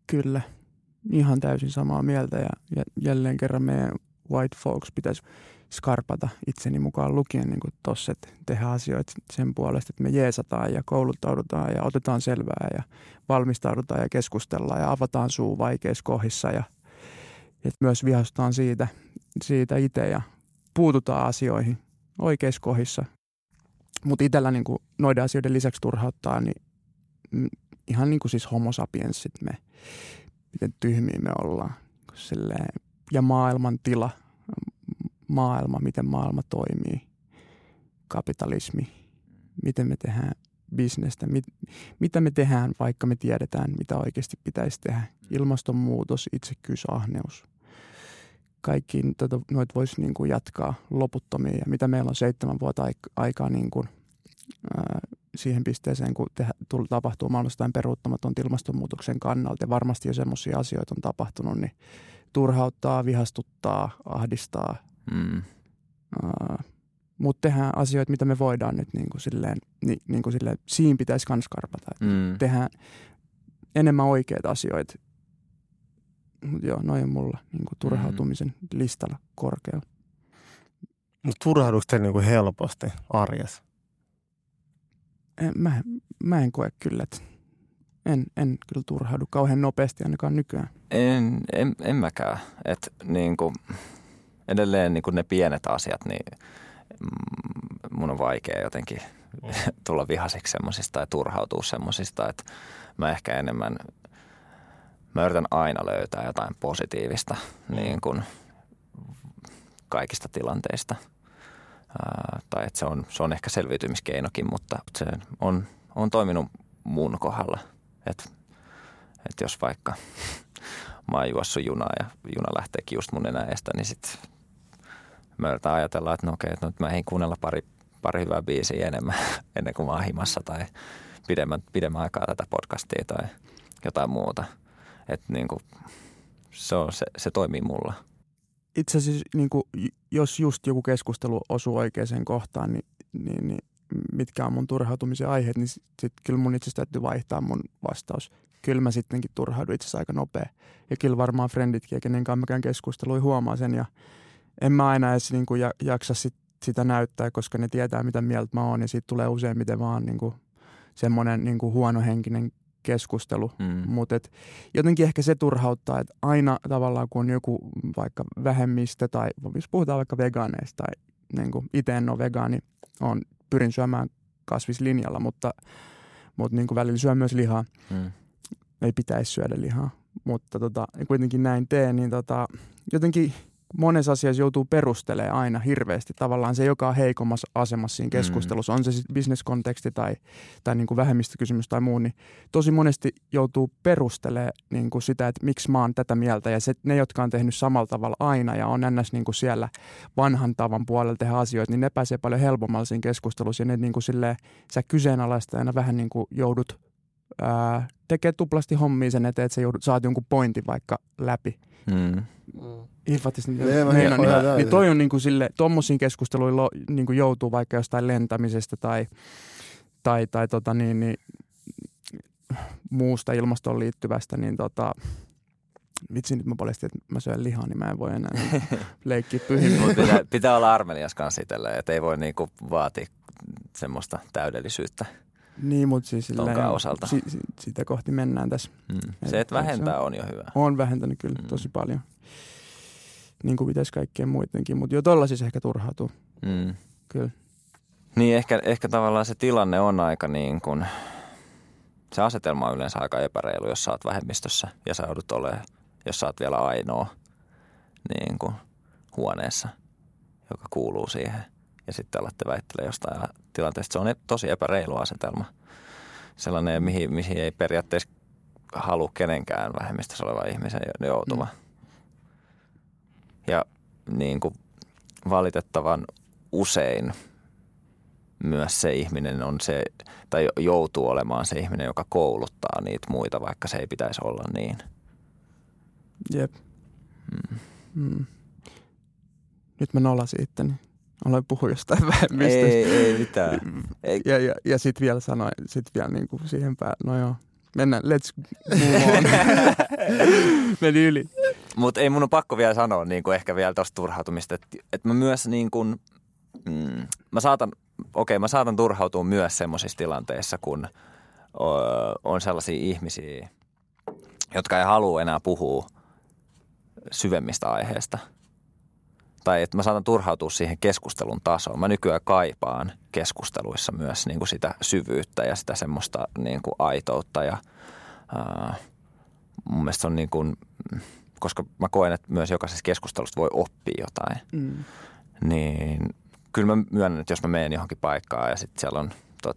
Kyllä, ihan täysin samaa mieltä ja jälleen kerran meidän white folks pitäisi skarpata itseni mukaan lukien niin kuin tossa, että tehdään asioita sen puolesta, että me jeesataan ja kouluttaudutaan ja otetaan selvää ja valmistaudutaan ja keskustellaan ja avataan suu vaikeissa kohdissa ja että myös vihastutaan siitä itse ja puututaan asioihin oikeissa kohdissa. Mutta itsellä niin kuin noiden asioiden lisäksi turhauttaa, niin ihan niin kuin siis homo sapiensit me, miten tyhmiä me ollaan. Silleen, ja maailman tila, miten maailma toimii, kapitalismi, miten me tehdään bisnestä, mitä me tehdään, vaikka me tiedetään, mitä oikeasti pitäisi tehdä. Ilmastonmuutos, itsekkyys, ahneus. Kaikki noita voisi niin kuin jatkaa loputtomiin ja mitä meillä on 7 vuotta aikaa niin kuin, siihen pisteeseen, kun tapahtuu maailmassa jotain peruuttamatonta ilmastonmuutoksen kannalta ja varmasti jo semmoisia asioita on tapahtunut, niin turhauttaa, vihastuttaa, ahdistaa. Mutta tehdään asioita, mitä me voidaan nyt niin kuin silleen, siinä pitäisi kans karpata. Tehdään enemmän oikeita asioita. Mutta joo, noin on mulla niin kuin turhautumisen listalla korkealla. No turhauduuko te niin kuin helposti arjessa? Mä en koe kyllä, että en kyllä turhaudu kauhean nopeasti ainakaan nykyään. En mäkään. Että niinku, edelleen niinku ne pienet asiat, niin mun on vaikea jotenkin tulla vihaisiksi semmosista ja turhautua semmosista, että mä ehkä enemmän, mä yritän aina löytää jotain positiivista niin kuin kaikista tilanteista. Tai että se on ehkä selviytymiskeinokin, mutta se on toiminut mun kohdalla. Että jos vaikka mä oon juossut junaa ja juna lähteekin just mun nenäestä, niin sitten mä yritän ajatella, että no okei, että nyt mä eihin kuunnella pari hyvää biisiä enemmän ennen kuin mä oon himassa tai pidemmän aikaa tätä podcastia tai jotain muuta. Että niinku, se toimii mulla. Itse asiassa niin kuin, jos just joku keskustelu osuu oikeaan kohtaan, niin mitkä on mun turhautumisen aiheet, niin sitten kyllä mun itse täytyy vaihtaa mun vastaus. Kyllä mä sittenkin turhaudun itse asiassa aika nopea. Ja kyllä varmaan frienditkin ja kenenkaan mä käyn keskusteluja huomaa sen. Ja en mä aina edes niin kuin jaksa sitä näyttää, koska ne tietää, mitä mieltä mä oon. Ja siitä tulee useimmiten vaan niin kuin semmoinen niin kuin huonohenkinen keskustelu. Mutta jotenkin ehkä se turhauttaa, että aina tavallaan kun on joku vaikka vähemmistö tai jos puhutaan vaikka vegaaneista tai niin kuin itse en ole vegaani, pyrin syömään kasvislinjalla, mutta niin kuin välillä syön myös lihaa. Ei pitäisi syödä lihaa, mutta kuitenkin näin teen, niin jotenkin monessa asiassa joutuu perustelemaan aina hirveästi. Tavallaan se, joka on heikommassa asemassa siinä keskustelussa, on se sitten business-konteksti tai niin kuin vähemmistökysymys tai muu, niin tosi monesti joutuu perustelemaan niin kuin sitä, että miksi mä oon tätä mieltä. Ja ne, jotka on tehnyt samalla tavalla aina ja on ns. Niin kuin siellä vanhan tavan puolella tehdä asioita, niin ne pääsee paljon helpommalla siinä keskustelussa. Ja ne niin kuin silleen, sä kyseenalaistajana vähän niin kuin joudut tekee tuplasti hommia sen eteen, että saat jonkun pointin vaikka läpi. Niin toi on niinku sille, tommosiin keskusteluilla niinku joutuu vaikka jostain lentämisestä tai muusta ilmastoon liittyvästä, niin vitsi nyt mä paljastin, että mä syön lihaa, niin mä en voi enää leikkiä pyhin. Pitää olla armelias kanssa itselleen, että ei voi niinku vaatia semmoista täydellisyyttä. Niin, mutta siis osalta. Sitä kohti mennään tässä. Se, että vähentää on jo hyvä. On vähentänyt kyllä tosi paljon. Niin kuin pitäisi kaikkien muidenkin, mutta jo tuolla siis ehkä turhautuu. Kyllä. Niin, ehkä tavallaan se tilanne on aika niin kuin, se asetelma on yleensä aika epäreilu, jos sä oot vähemmistössä ja sä joudut olemaan, jos sä oot vielä ainoa niin kuin huoneessa, joka kuuluu siihen. Ja sitten alatte väittelee jostain tilanteesta. Se on tosi epäreilu asetelma. Sellainen, mihin ei periaatteessa halua kenenkään vähemmistössä oleva ihmisen joutuva. Ja niin kuin valitettavan usein myös se ihminen on se, tai joutuu olemaan se ihminen, joka kouluttaa niitä muita, vaikka se ei pitäisi olla niin. Jep. Nyt mä nolasin itteni. Aloin puhua jostain vähemmistöstä. Ei mitään. Ja sitten vielä sanoin, niinku siihen päälle, no joo, mennään, let's move on. Meni yli. Mutta ei mun on pakko vielä sanoa niin kuin ehkä vielä tuosta turhautumista, että mä myös niin kuin, mä saatan turhautua myös semmoisissa tilanteissa, kun on sellaisia ihmisiä, jotka ei halua enää puhua syvemmistä aiheista. Tai että mä saatan turhautua siihen keskustelun tasoon. Mä nykyään kaipaan keskusteluissa myös niin kuin sitä syvyyttä ja sitä semmoista niin kuin aitoutta. Ja mun mielestä se on niin kuin, koska mä koen, että myös jokaisessa keskustelusta voi oppia jotain. Niin kyllä mä myönnän, että jos mä menen johonkin paikkaan ja sitten siellä on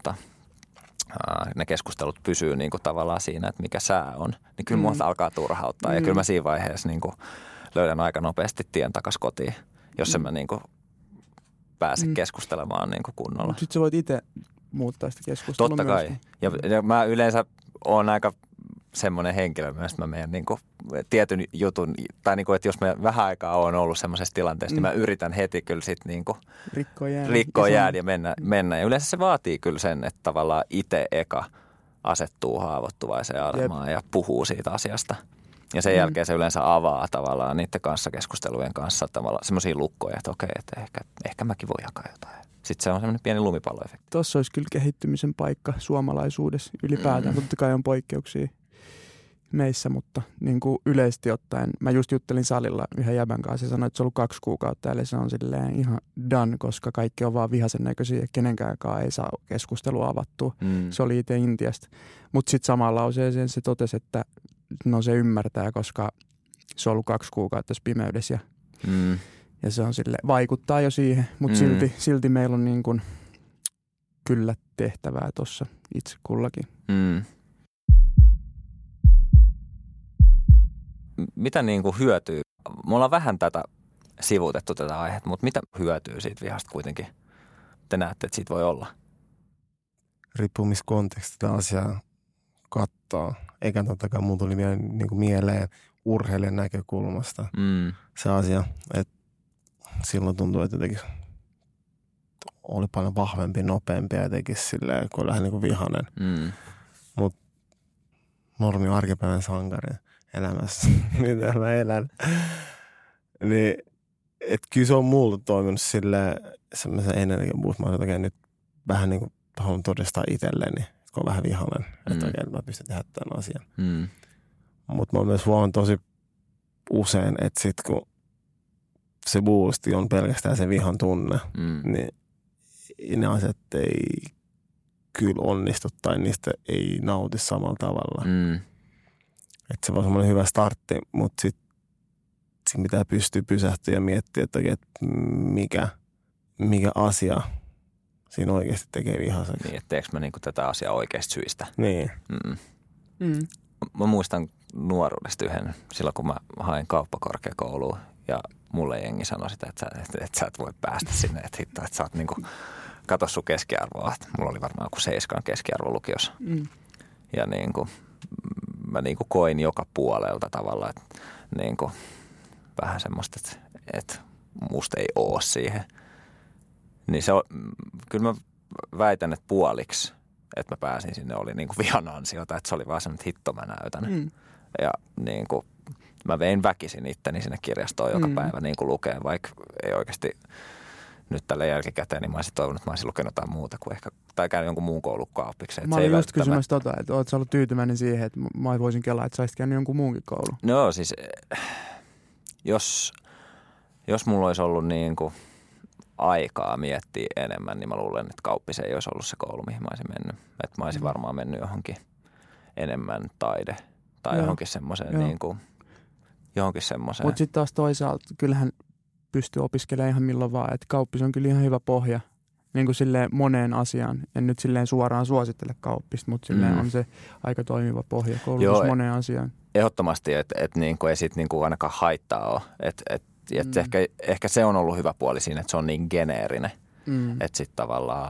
ne keskustelut pysyy niin kuin tavallaan siinä, että mikä sää on, niin kyllä mua alkaa turhauttaa. Ja kyllä mä siinä vaiheessa niin kuin löydän aika nopeasti tien takas kotiin, jos en mä niin kuin pääse keskustelemaan niin kuin kunnolla. Mutta sitten sä voit itse muuttaa sitä keskustelua. Totta kai. Ja mä yleensä oon aika semmoinen henkilö myös, että mä menen niin kuin tietyn jutun, tai niin kuin, että jos mä vähän aikaa oon ollut semmoisessa tilanteessa, niin mä yritän heti kyllä sitten niin kuin rikkoa jäädä ja mennä. Ja yleensä se vaatii kyllä sen, että tavallaan itse eka asettuu haavoittuvaiseen asemaan ja puhuu siitä asiasta. Ja sen jälkeen se yleensä avaa tavallaan niiden kanssa keskustelujen kanssa tavallaan semmoisia lukkoja, että okei, että ehkä mäkin voi jakaa jotain. Sitten se on semmoinen pieni lumipalloefekti. Tuossa olisi kyllä kehittymisen paikka suomalaisuudessa ylipäätään. Totta kai on poikkeuksia meissä, mutta niin kuin yleisesti ottaen, mä just juttelin salilla yhden jäbän kanssa ja sanoin, että se on ollut 2 kuukautta, eli se on silleen ihan done, koska kaikki on vaan vihaisen näköisiä ja kenenkään ei saa keskustelua avattua. Se oli itse Intiasta. Mutta sitten samaan lauseeseen se totesi, että no se ymmärtää, koska se on ollut 2 kuukautta tässä pimeydessä ja se on silleen, vaikuttaa jo siihen, mutta silti meillä on niin kuin kyllä tehtävää tuossa itse kullakin. Mitä niin kuin hyötyy? Me ollaan vähän sivuutettu tätä aihetta, mutta mitä hyötyy siitä vihasta kuitenkin? Te näette, että siitä voi olla? Riippuu missä kontekstista asiaa kattaa. Eikä totta kai mun tuli niin kuin mieleen urheilijan näkökulmasta se asia, että silloin tuntuu, että jotenkin oli paljon vahvempi, nopeampi ja jotenkin silleen, kun oli vähän niin kuin vihainen. Mutta normi arkipäivän sankari elämässä, mitä mä elän. Niin, että kyllä se on mulle toiminut silleen semmoisen energian boost. Mä oon nyt vähän niin kuin haluan todistaa itselleni, kun on vähän vihainen, että oikein mä pystyn tehdä tämän asian. Mutta mä oon myös huomannut tosi usein, että sit kun se boosti on pelkästään se vihan tunne, niin ne asiat ei kyllä onnistu tai niistä ei nauti samalla tavalla. Että se on semmoinen hyvä startti, mutta sitten pitää pystyä pysähtyä ja miettiä, että mikä asia siinä oikeasti tekee vihaseksi. Niin, että teekö mä niinku tätä asiaa oikeasta syistä. Niin. Mä muistan nuoruudesta yhden, silloin kun mä hain kauppakorkeakouluun ja mulle jengi sanoi sitä, että sä et voi päästä sinne, että hitto, että sä oot niinku, kato sun keskiarvoa. Mulla oli varmaan joku 7 keskiarvo lukiossa. Ja niinku, mä niinku koin joka puolelta tavalla, että niinku, vähän semmoista, että musta ei oo siihen. Niin se on, kyllä mä väitän, että puoliksi, että mä pääsin sinne, oli niinku vihan ansiota, että se oli vaan semmoinen, että hitto mä näytän. Ja niinku, mä vein väkisin itteni sinne kirjastoon joka päivä niinku lukeen, vaikka ei oikeasti nyt tällä jälkikäteen, niin mä olisin toivonut, että mä olisin lukenut jotain muuta kuin ehkä, tai käynyt jonkun muun koulukauppiksen. Mä olin just kysymässä että oot sä ollut tyytyväinen siihen, että mä voisin kelaa, että sä olisit käynyt jonkun muunkin koulun. No siis, jos mulla olisi ollut niin kuin aikaa miettiä enemmän, niin mä luulen, että kauppis ei olisi ollut se koulu, mihin mä olisin mennyt. Että mä olisin varmaan mennyt johonkin enemmän taide tai johonkin semmoiseen niin kuin, johonkin semmoiseen. Mutta sitten taas toisaalta, kyllähän pystyy opiskelemaan ihan milloin vaan, että kauppis on kyllä ihan hyvä pohja niin kuin silleen moneen asiaan. En nyt silleen suoraan suosittele kauppista, mutta silleen on se aika toimiva pohja koulutus moneen asiaan. Ehdottomasti, että niinku ei siitä niinku ainakaan haittaa ole. Että ehkä se on ollut hyvä puoli siinä, että se on niin geneerinen. Että sitten tavallaan,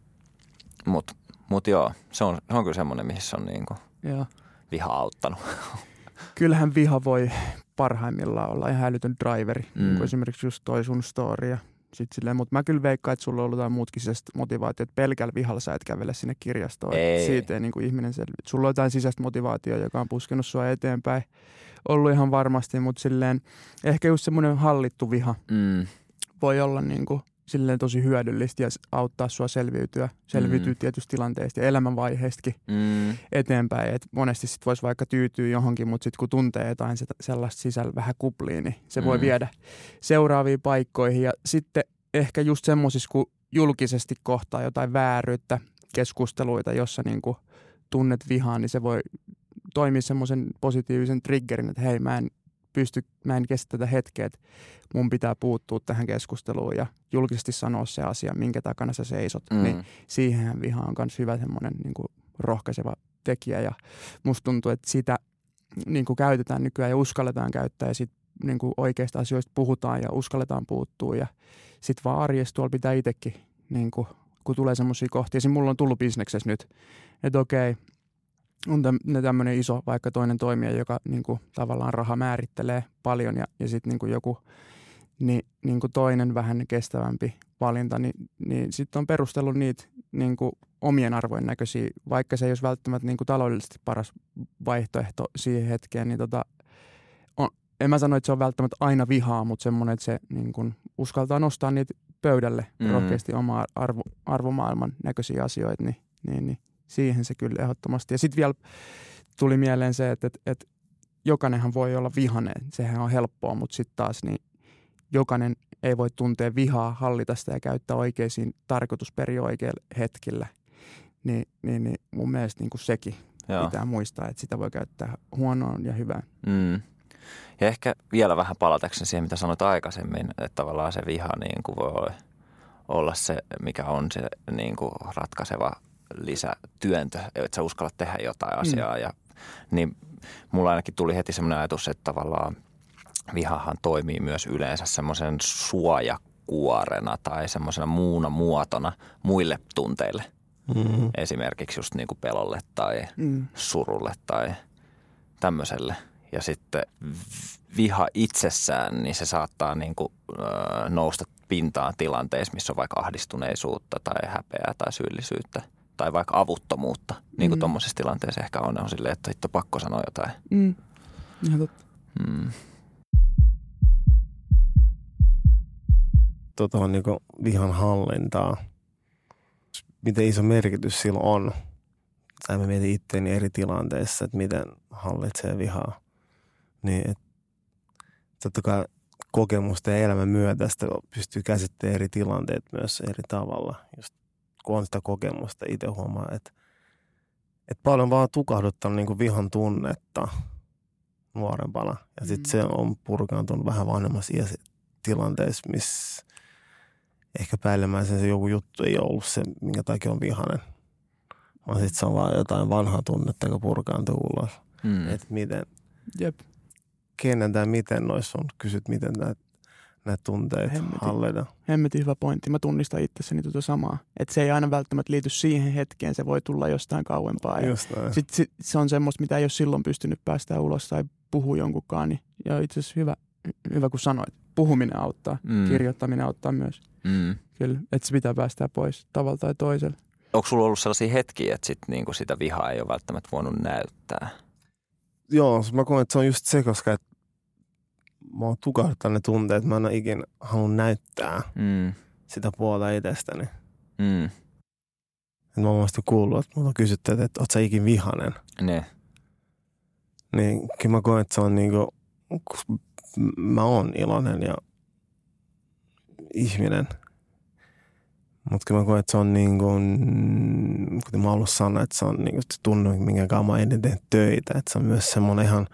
mut joo, se on kyllä semmoinen, missä on niinku viha auttanut. Kyllähän viha voi parhaimmillaan olla ihan älytön driveri, niin kuin esimerkiksi just toi sun story ja sit silleen, mutta mä kyllä veikkaan, että sulla on ollut jotain muutkin motivaatiota, että pelkällä vihalla sä et kävele sinne kirjastoon. Siitä ei niin kuin ihminen selviä. Sulla on jotain sisäistä motivaatiota, joka on puskenut sua eteenpäin. ollut ihan varmasti, mutta silleen ehkä just semmoinen hallittu viha voi olla niin kuin silleen tosi hyödyllistä ja auttaa sua selviytyä tietystä tilanteesta ja elämänvaiheistakin eteenpäin. Et monesti sit voisi vaikka tyytyä johonkin, mutta sitten kun tuntee jotain sellaista sisällä vähän kupliin, niin se voi viedä seuraaviin paikkoihin. Ja sitten ehkä just semmoisissa, kun julkisesti kohtaa jotain vääryyttä, keskusteluita, jossa niinku tunnet vihaa, niin se voi toimia semmoisen positiivisen triggerin, että hei, mä en kestä tätä hetkeä, että mun pitää puuttua tähän keskusteluun ja julkisesti sanoa se asia, minkä takana sä seisot. Niin siihen viha on myös hyvä semmoinen niin kuin rohkaiseva tekijä ja musta tuntuu, että sitä niin kuin käytetään nykyään ja uskalletaan käyttää ja sitten niin kuin oikeista asioista puhutaan ja uskalletaan puuttua ja sitten vaan arjessa tuolla pitää itsekin, niin kuin, kun tulee semmoisia kohtia. Siinä mulla on tullut bisneksessä nyt, että okei, on tämmöinen iso vaikka toinen toimija, joka niin kuin, tavallaan raha määrittelee paljon ja sitten niin kuin joku niin kuin toinen vähän kestävämpi valinta, niin sitten on perustellut niitä niin kuin omien arvojen näköisiä, vaikka se ei olisi välttämättä niin kuin taloudellisesti paras vaihtoehto siihen hetkeen, niin en mä sano, että se on välttämättä aina vihaa, mutta semmoinen, että se niin kuin uskaltaa nostaa niitä pöydälle rohkeasti omaa arvomaailman näköisiä asioita, niin siihen se kyllä ehdottomasti. Ja sitten vielä tuli mieleen se, että jokainenhan voi olla vihainen, sehän on helppoa, mutta sitten taas niin jokainen ei voi tuntea vihaa, hallita sitä ja käyttää oikeisiin tarkoitusperiä oikeilla hetkillä. Niin mun mielestä niin kuin sekin pitää muistaa, että sitä voi käyttää huonoon ja hyvään. Ja ehkä vielä vähän palatakseni siihen, mitä sanoit aikaisemmin, että tavallaan se viha niin kuin voi olla se, mikä on se niin kuin ratkaiseva lisätyöntö, että sä uskallat tehdä jotain asiaa. Niin mulla ainakin tuli heti semmoinen ajatus, että tavallaan vihahan toimii myös yleensä semmoisen suojakuorena tai semmoisena muuna muotona muille tunteille. Esimerkiksi just niin kuin pelolle tai surulle tai tämmöiselle. Ja sitten viha itsessään, niin se saattaa niin kuin, nousta pintaan tilanteessa, missä on vaikka ahdistuneisuutta tai häpeää tai syyllisyyttä tai vaikka avuttomuutta. Niin kuin tuommoisessa tilanteessa ehkä on silleen, että hitto pakko sanoa jotain. Ihan totta. On niin kuin vihan hallintaa. Miten iso merkitys sillä on? Tai mä mietin itseäni eri tilanteissa, että miten hallitsee vihaa. Niin, että totta kai kokemusta ja elämän myötä sitä pystyy käsittelemään eri tilanteet myös eri tavalla. Just kun on sitä kokemusta, itse huomaa, että paljon vaan tukahduttanut niin kuin vihan tunnetta nuorempana. Ja sitten se on purkaantunut vähän vanhemmassa tilanteessa, missä ehkä päällimmäisen se joku juttu ei ollut se, minkä takia on vihainen. Vaan sitten se on vaan jotain vanhaa tunnetta, joka purkaantuu ulos. Että miten... Jep. Kenen tai miten noissa on? Kysyt, miten näitä tunteita hallita. Hemmetin hyvä pointti. Mä tunnistan itsessäni tuota samaa. Että se ei aina välttämättä liity siihen hetkeen. Se voi tulla jostain kauempaa. Sitten se on semmoista, mitä ei ole silloin pystynyt päästään ulos tai puhua jonkunkaan. Niin, ja itse asiassa hyvä, kun sanoit. Puhuminen auttaa. Kirjoittaminen auttaa myös. Kyllä, että se pitää päästää pois tavalla tai toisella. Onko sulla ollut sellaisia hetkiä, että niinku sitä vihaa ei ole välttämättä voinut näyttää? Joo, mä koen, että se on just se, koska mä oon tukahduttanut ne tunteet, mä en ole ikinä halunnut näyttää sitä puolta itsestäni. Mä oon vasta kuullut, että mulla on kysytty, että oot sä ikin vihanen? Ne. Niin kyllä mä koen, että se on niinku, mä oon iloinen ja ihminen. Mutta kyllä mä koen, että se on niin kuin, kuten mä oon ollut sanoa, että se on niin kuin se tunne, minkä kanssa mä ennen tehnyt töitä. Että se on myös semmoinen ihan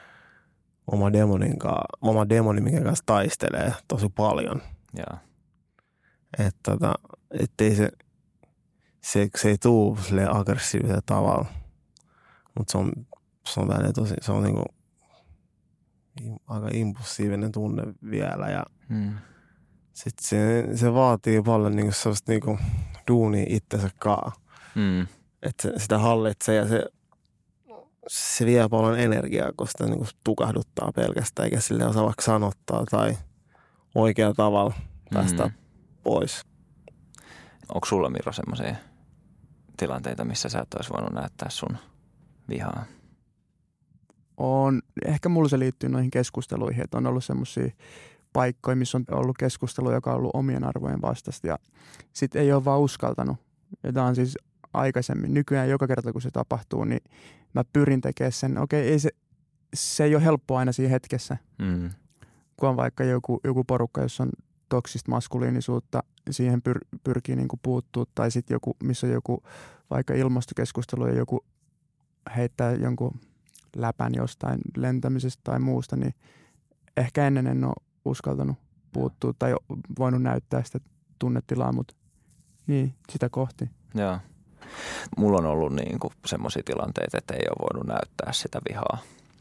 oma demoni, minkä kanssa taistelee tosi paljon. Joo. Että ettei se ei tuu silleen aggressiivisella tavalla. Mutta se on välillä tosi, se on niin kuin aika impulsiivinen tunne vielä ja sitten se vaatii paljon niinku sellaista niinku duunia itsensä kaa. Että sitä hallitsee ja se vie paljon energiaa, kun sitä niinku tukahduttaa pelkästään, eikä sille osaa vaikka sanottaa tai oikealla tavalla päästä pois. Onko sulla, Miro, semmoisia tilanteita, missä sä et olisi voinut näyttää sun vihaa? Ehkä mulla se liittyy noihin keskusteluihin, että on ollut semmoisia paikkoja, missä on ollut keskustelu, joka on ollut omien arvojen vastaista ja sitten ei ole vaan uskaltanut. Ja tämä on siis aikaisemmin. Nykyään joka kerta, kun se tapahtuu, niin mä pyrin tekemään sen. Okei, se ei ole helppoa aina siinä hetkessä. Kun on vaikka joku porukka, jossa on toksista maskuliinisuutta, siihen pyrkii niin kuin puuttua. Tai sitten joku, missä on joku vaikka ilmastokeskustelu ja joku heittää jonkun läpän jostain lentämisestä tai muusta, niin ehkä ennen en ole uskaltanut puuttua tai voinut näyttää sitä tunnetilaa, mutta niin, sitä kohti. Joo. Mulla on ollut niinku semmoisia tilanteita, että ei ole voinut näyttää sitä vihaa.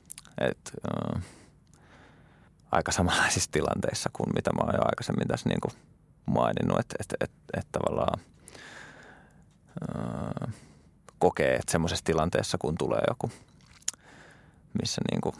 Aika samanlaisissa tilanteissa kuin mitä mä oon jo aikaisemmin tässä niinku maininnut, että tavallaan kokee, että semmoisessa tilanteessa, kun tulee joku, missä, niinku,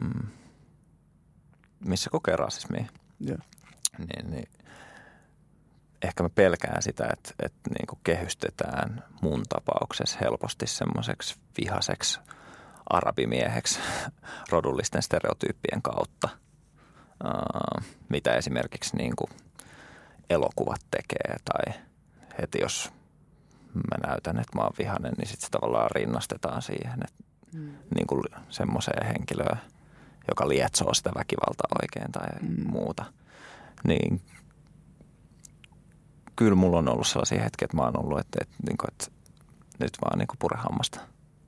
missä kokee rasismia, niin ehkä mä pelkään sitä, että niinku kehystetään mun tapauksessa helposti semmoiseksi vihaseksi arabimieheksi rodullisten stereotyyppien kautta, mitä esimerkiksi niinku elokuvat tekee. Tai heti jos mä näytän, että mä oon vihainen, niin sitten se tavallaan rinnastetaan siihen, että niinku semmoiseen henkilöön, joka lietsoo sitä väkivaltaa oikein tai muuta. Niin kyllä mulla on ollut sellaisia hetkiä, että mä oon ollut, että nyt vaan niinku pure hammasta.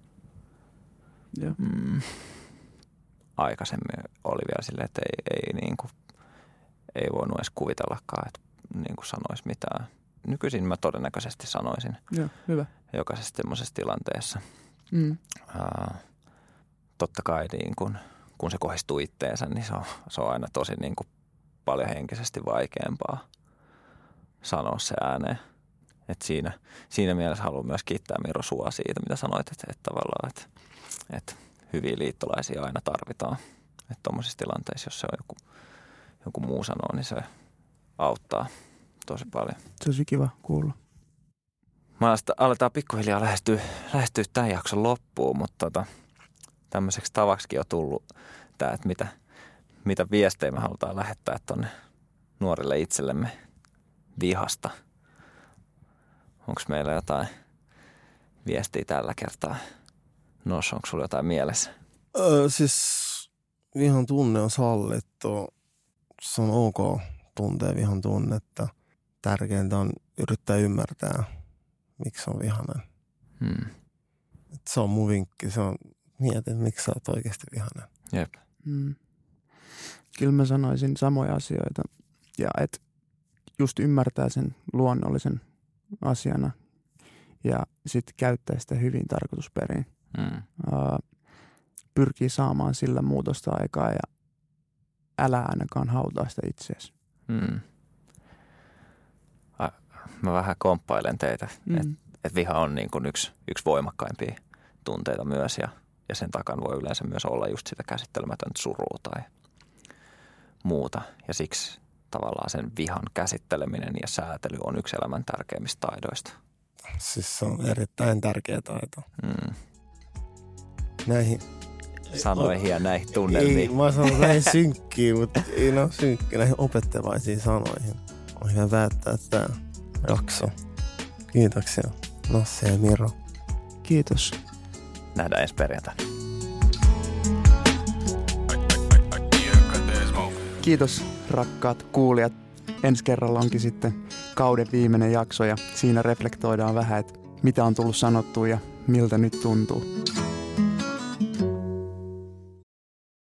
Aikaisemmin oli vielä silleen, että ei voinut edes kuvitellakaan, että niinku sanoisi mitään. Nykyisin mä todennäköisesti sanoisin. Joo, hyvä. Jokaisessa semmoisessa tilanteessa. Totta kai niin kun se kohdistuu itteensä, niin se on aina tosi niin kuin paljon henkisesti vaikeampaa sanoa se ääneen. Et siinä mielessä haluan myös kiittää Miro sua siitä, mitä sanoit, että tavallaan, että hyviä liittolaisia aina tarvitaan. Että tuommoisissa tilanteissa, jos se on joku muu sanoo, niin se auttaa tosi paljon. Se olisi kiva kuulla. Aletaan pikkuhiljaa lähestyä tämän jakson loppuun, mutta tämmöiseksi tavaksikin on tullut tämä, että mitä viestejä me halutaan lähettää tuonne nuorille itsellemme vihasta. Onko meillä jotain viestiä tällä kertaa? Nos, onko sulla jotain mielessä? Siis vihan tunne on sallittu. Se on ok tuntea vihan tunnetta. Tärkeintä on yrittää ymmärtää, miksi on vihainen. Se on mun vinkki. Se on mieti, miksi sä oot oikeasti vihainen. Jep. Kyllä mä sanoisin samoja asioita. Ja et just ymmärtää sen luonnollisen asiana ja sitten käyttää sitä hyvin tarkoitusperiin. Pyrkii saamaan sillä muutosta aikaa ja älä ainakaan hautaa sitä itseäsi. Mä vähän komppailen teitä, että viha on niin kuin yksi voimakkaimpia tunteita myös ja sen takana voi yleensä myös olla just sitä käsittelemätöntä surua tai muuta. Ja siksi tavallaan sen vihan käsitteleminen ja säätely on yksi elämän tärkeimmistä taidoista. Siis se on erittäin tärkeä taito. Näihin sanoihin ja näihin tunnelmiin. Ei, mä sanon näihin synkkiin, mutta ei ne ole synkkiä, näihin opettavaisiin sanoihin. On hyvä päättää tämä jakso. Kiitoksia, Nassi ja Miro. Kiitos. Nähdään ensi perjantaina. Kiitos rakkaat kuulijat. Ensi kerralla onkin sitten kauden viimeinen jakso ja siinä reflektoidaan vähän, että mitä on tullut sanottua ja miltä nyt tuntuu.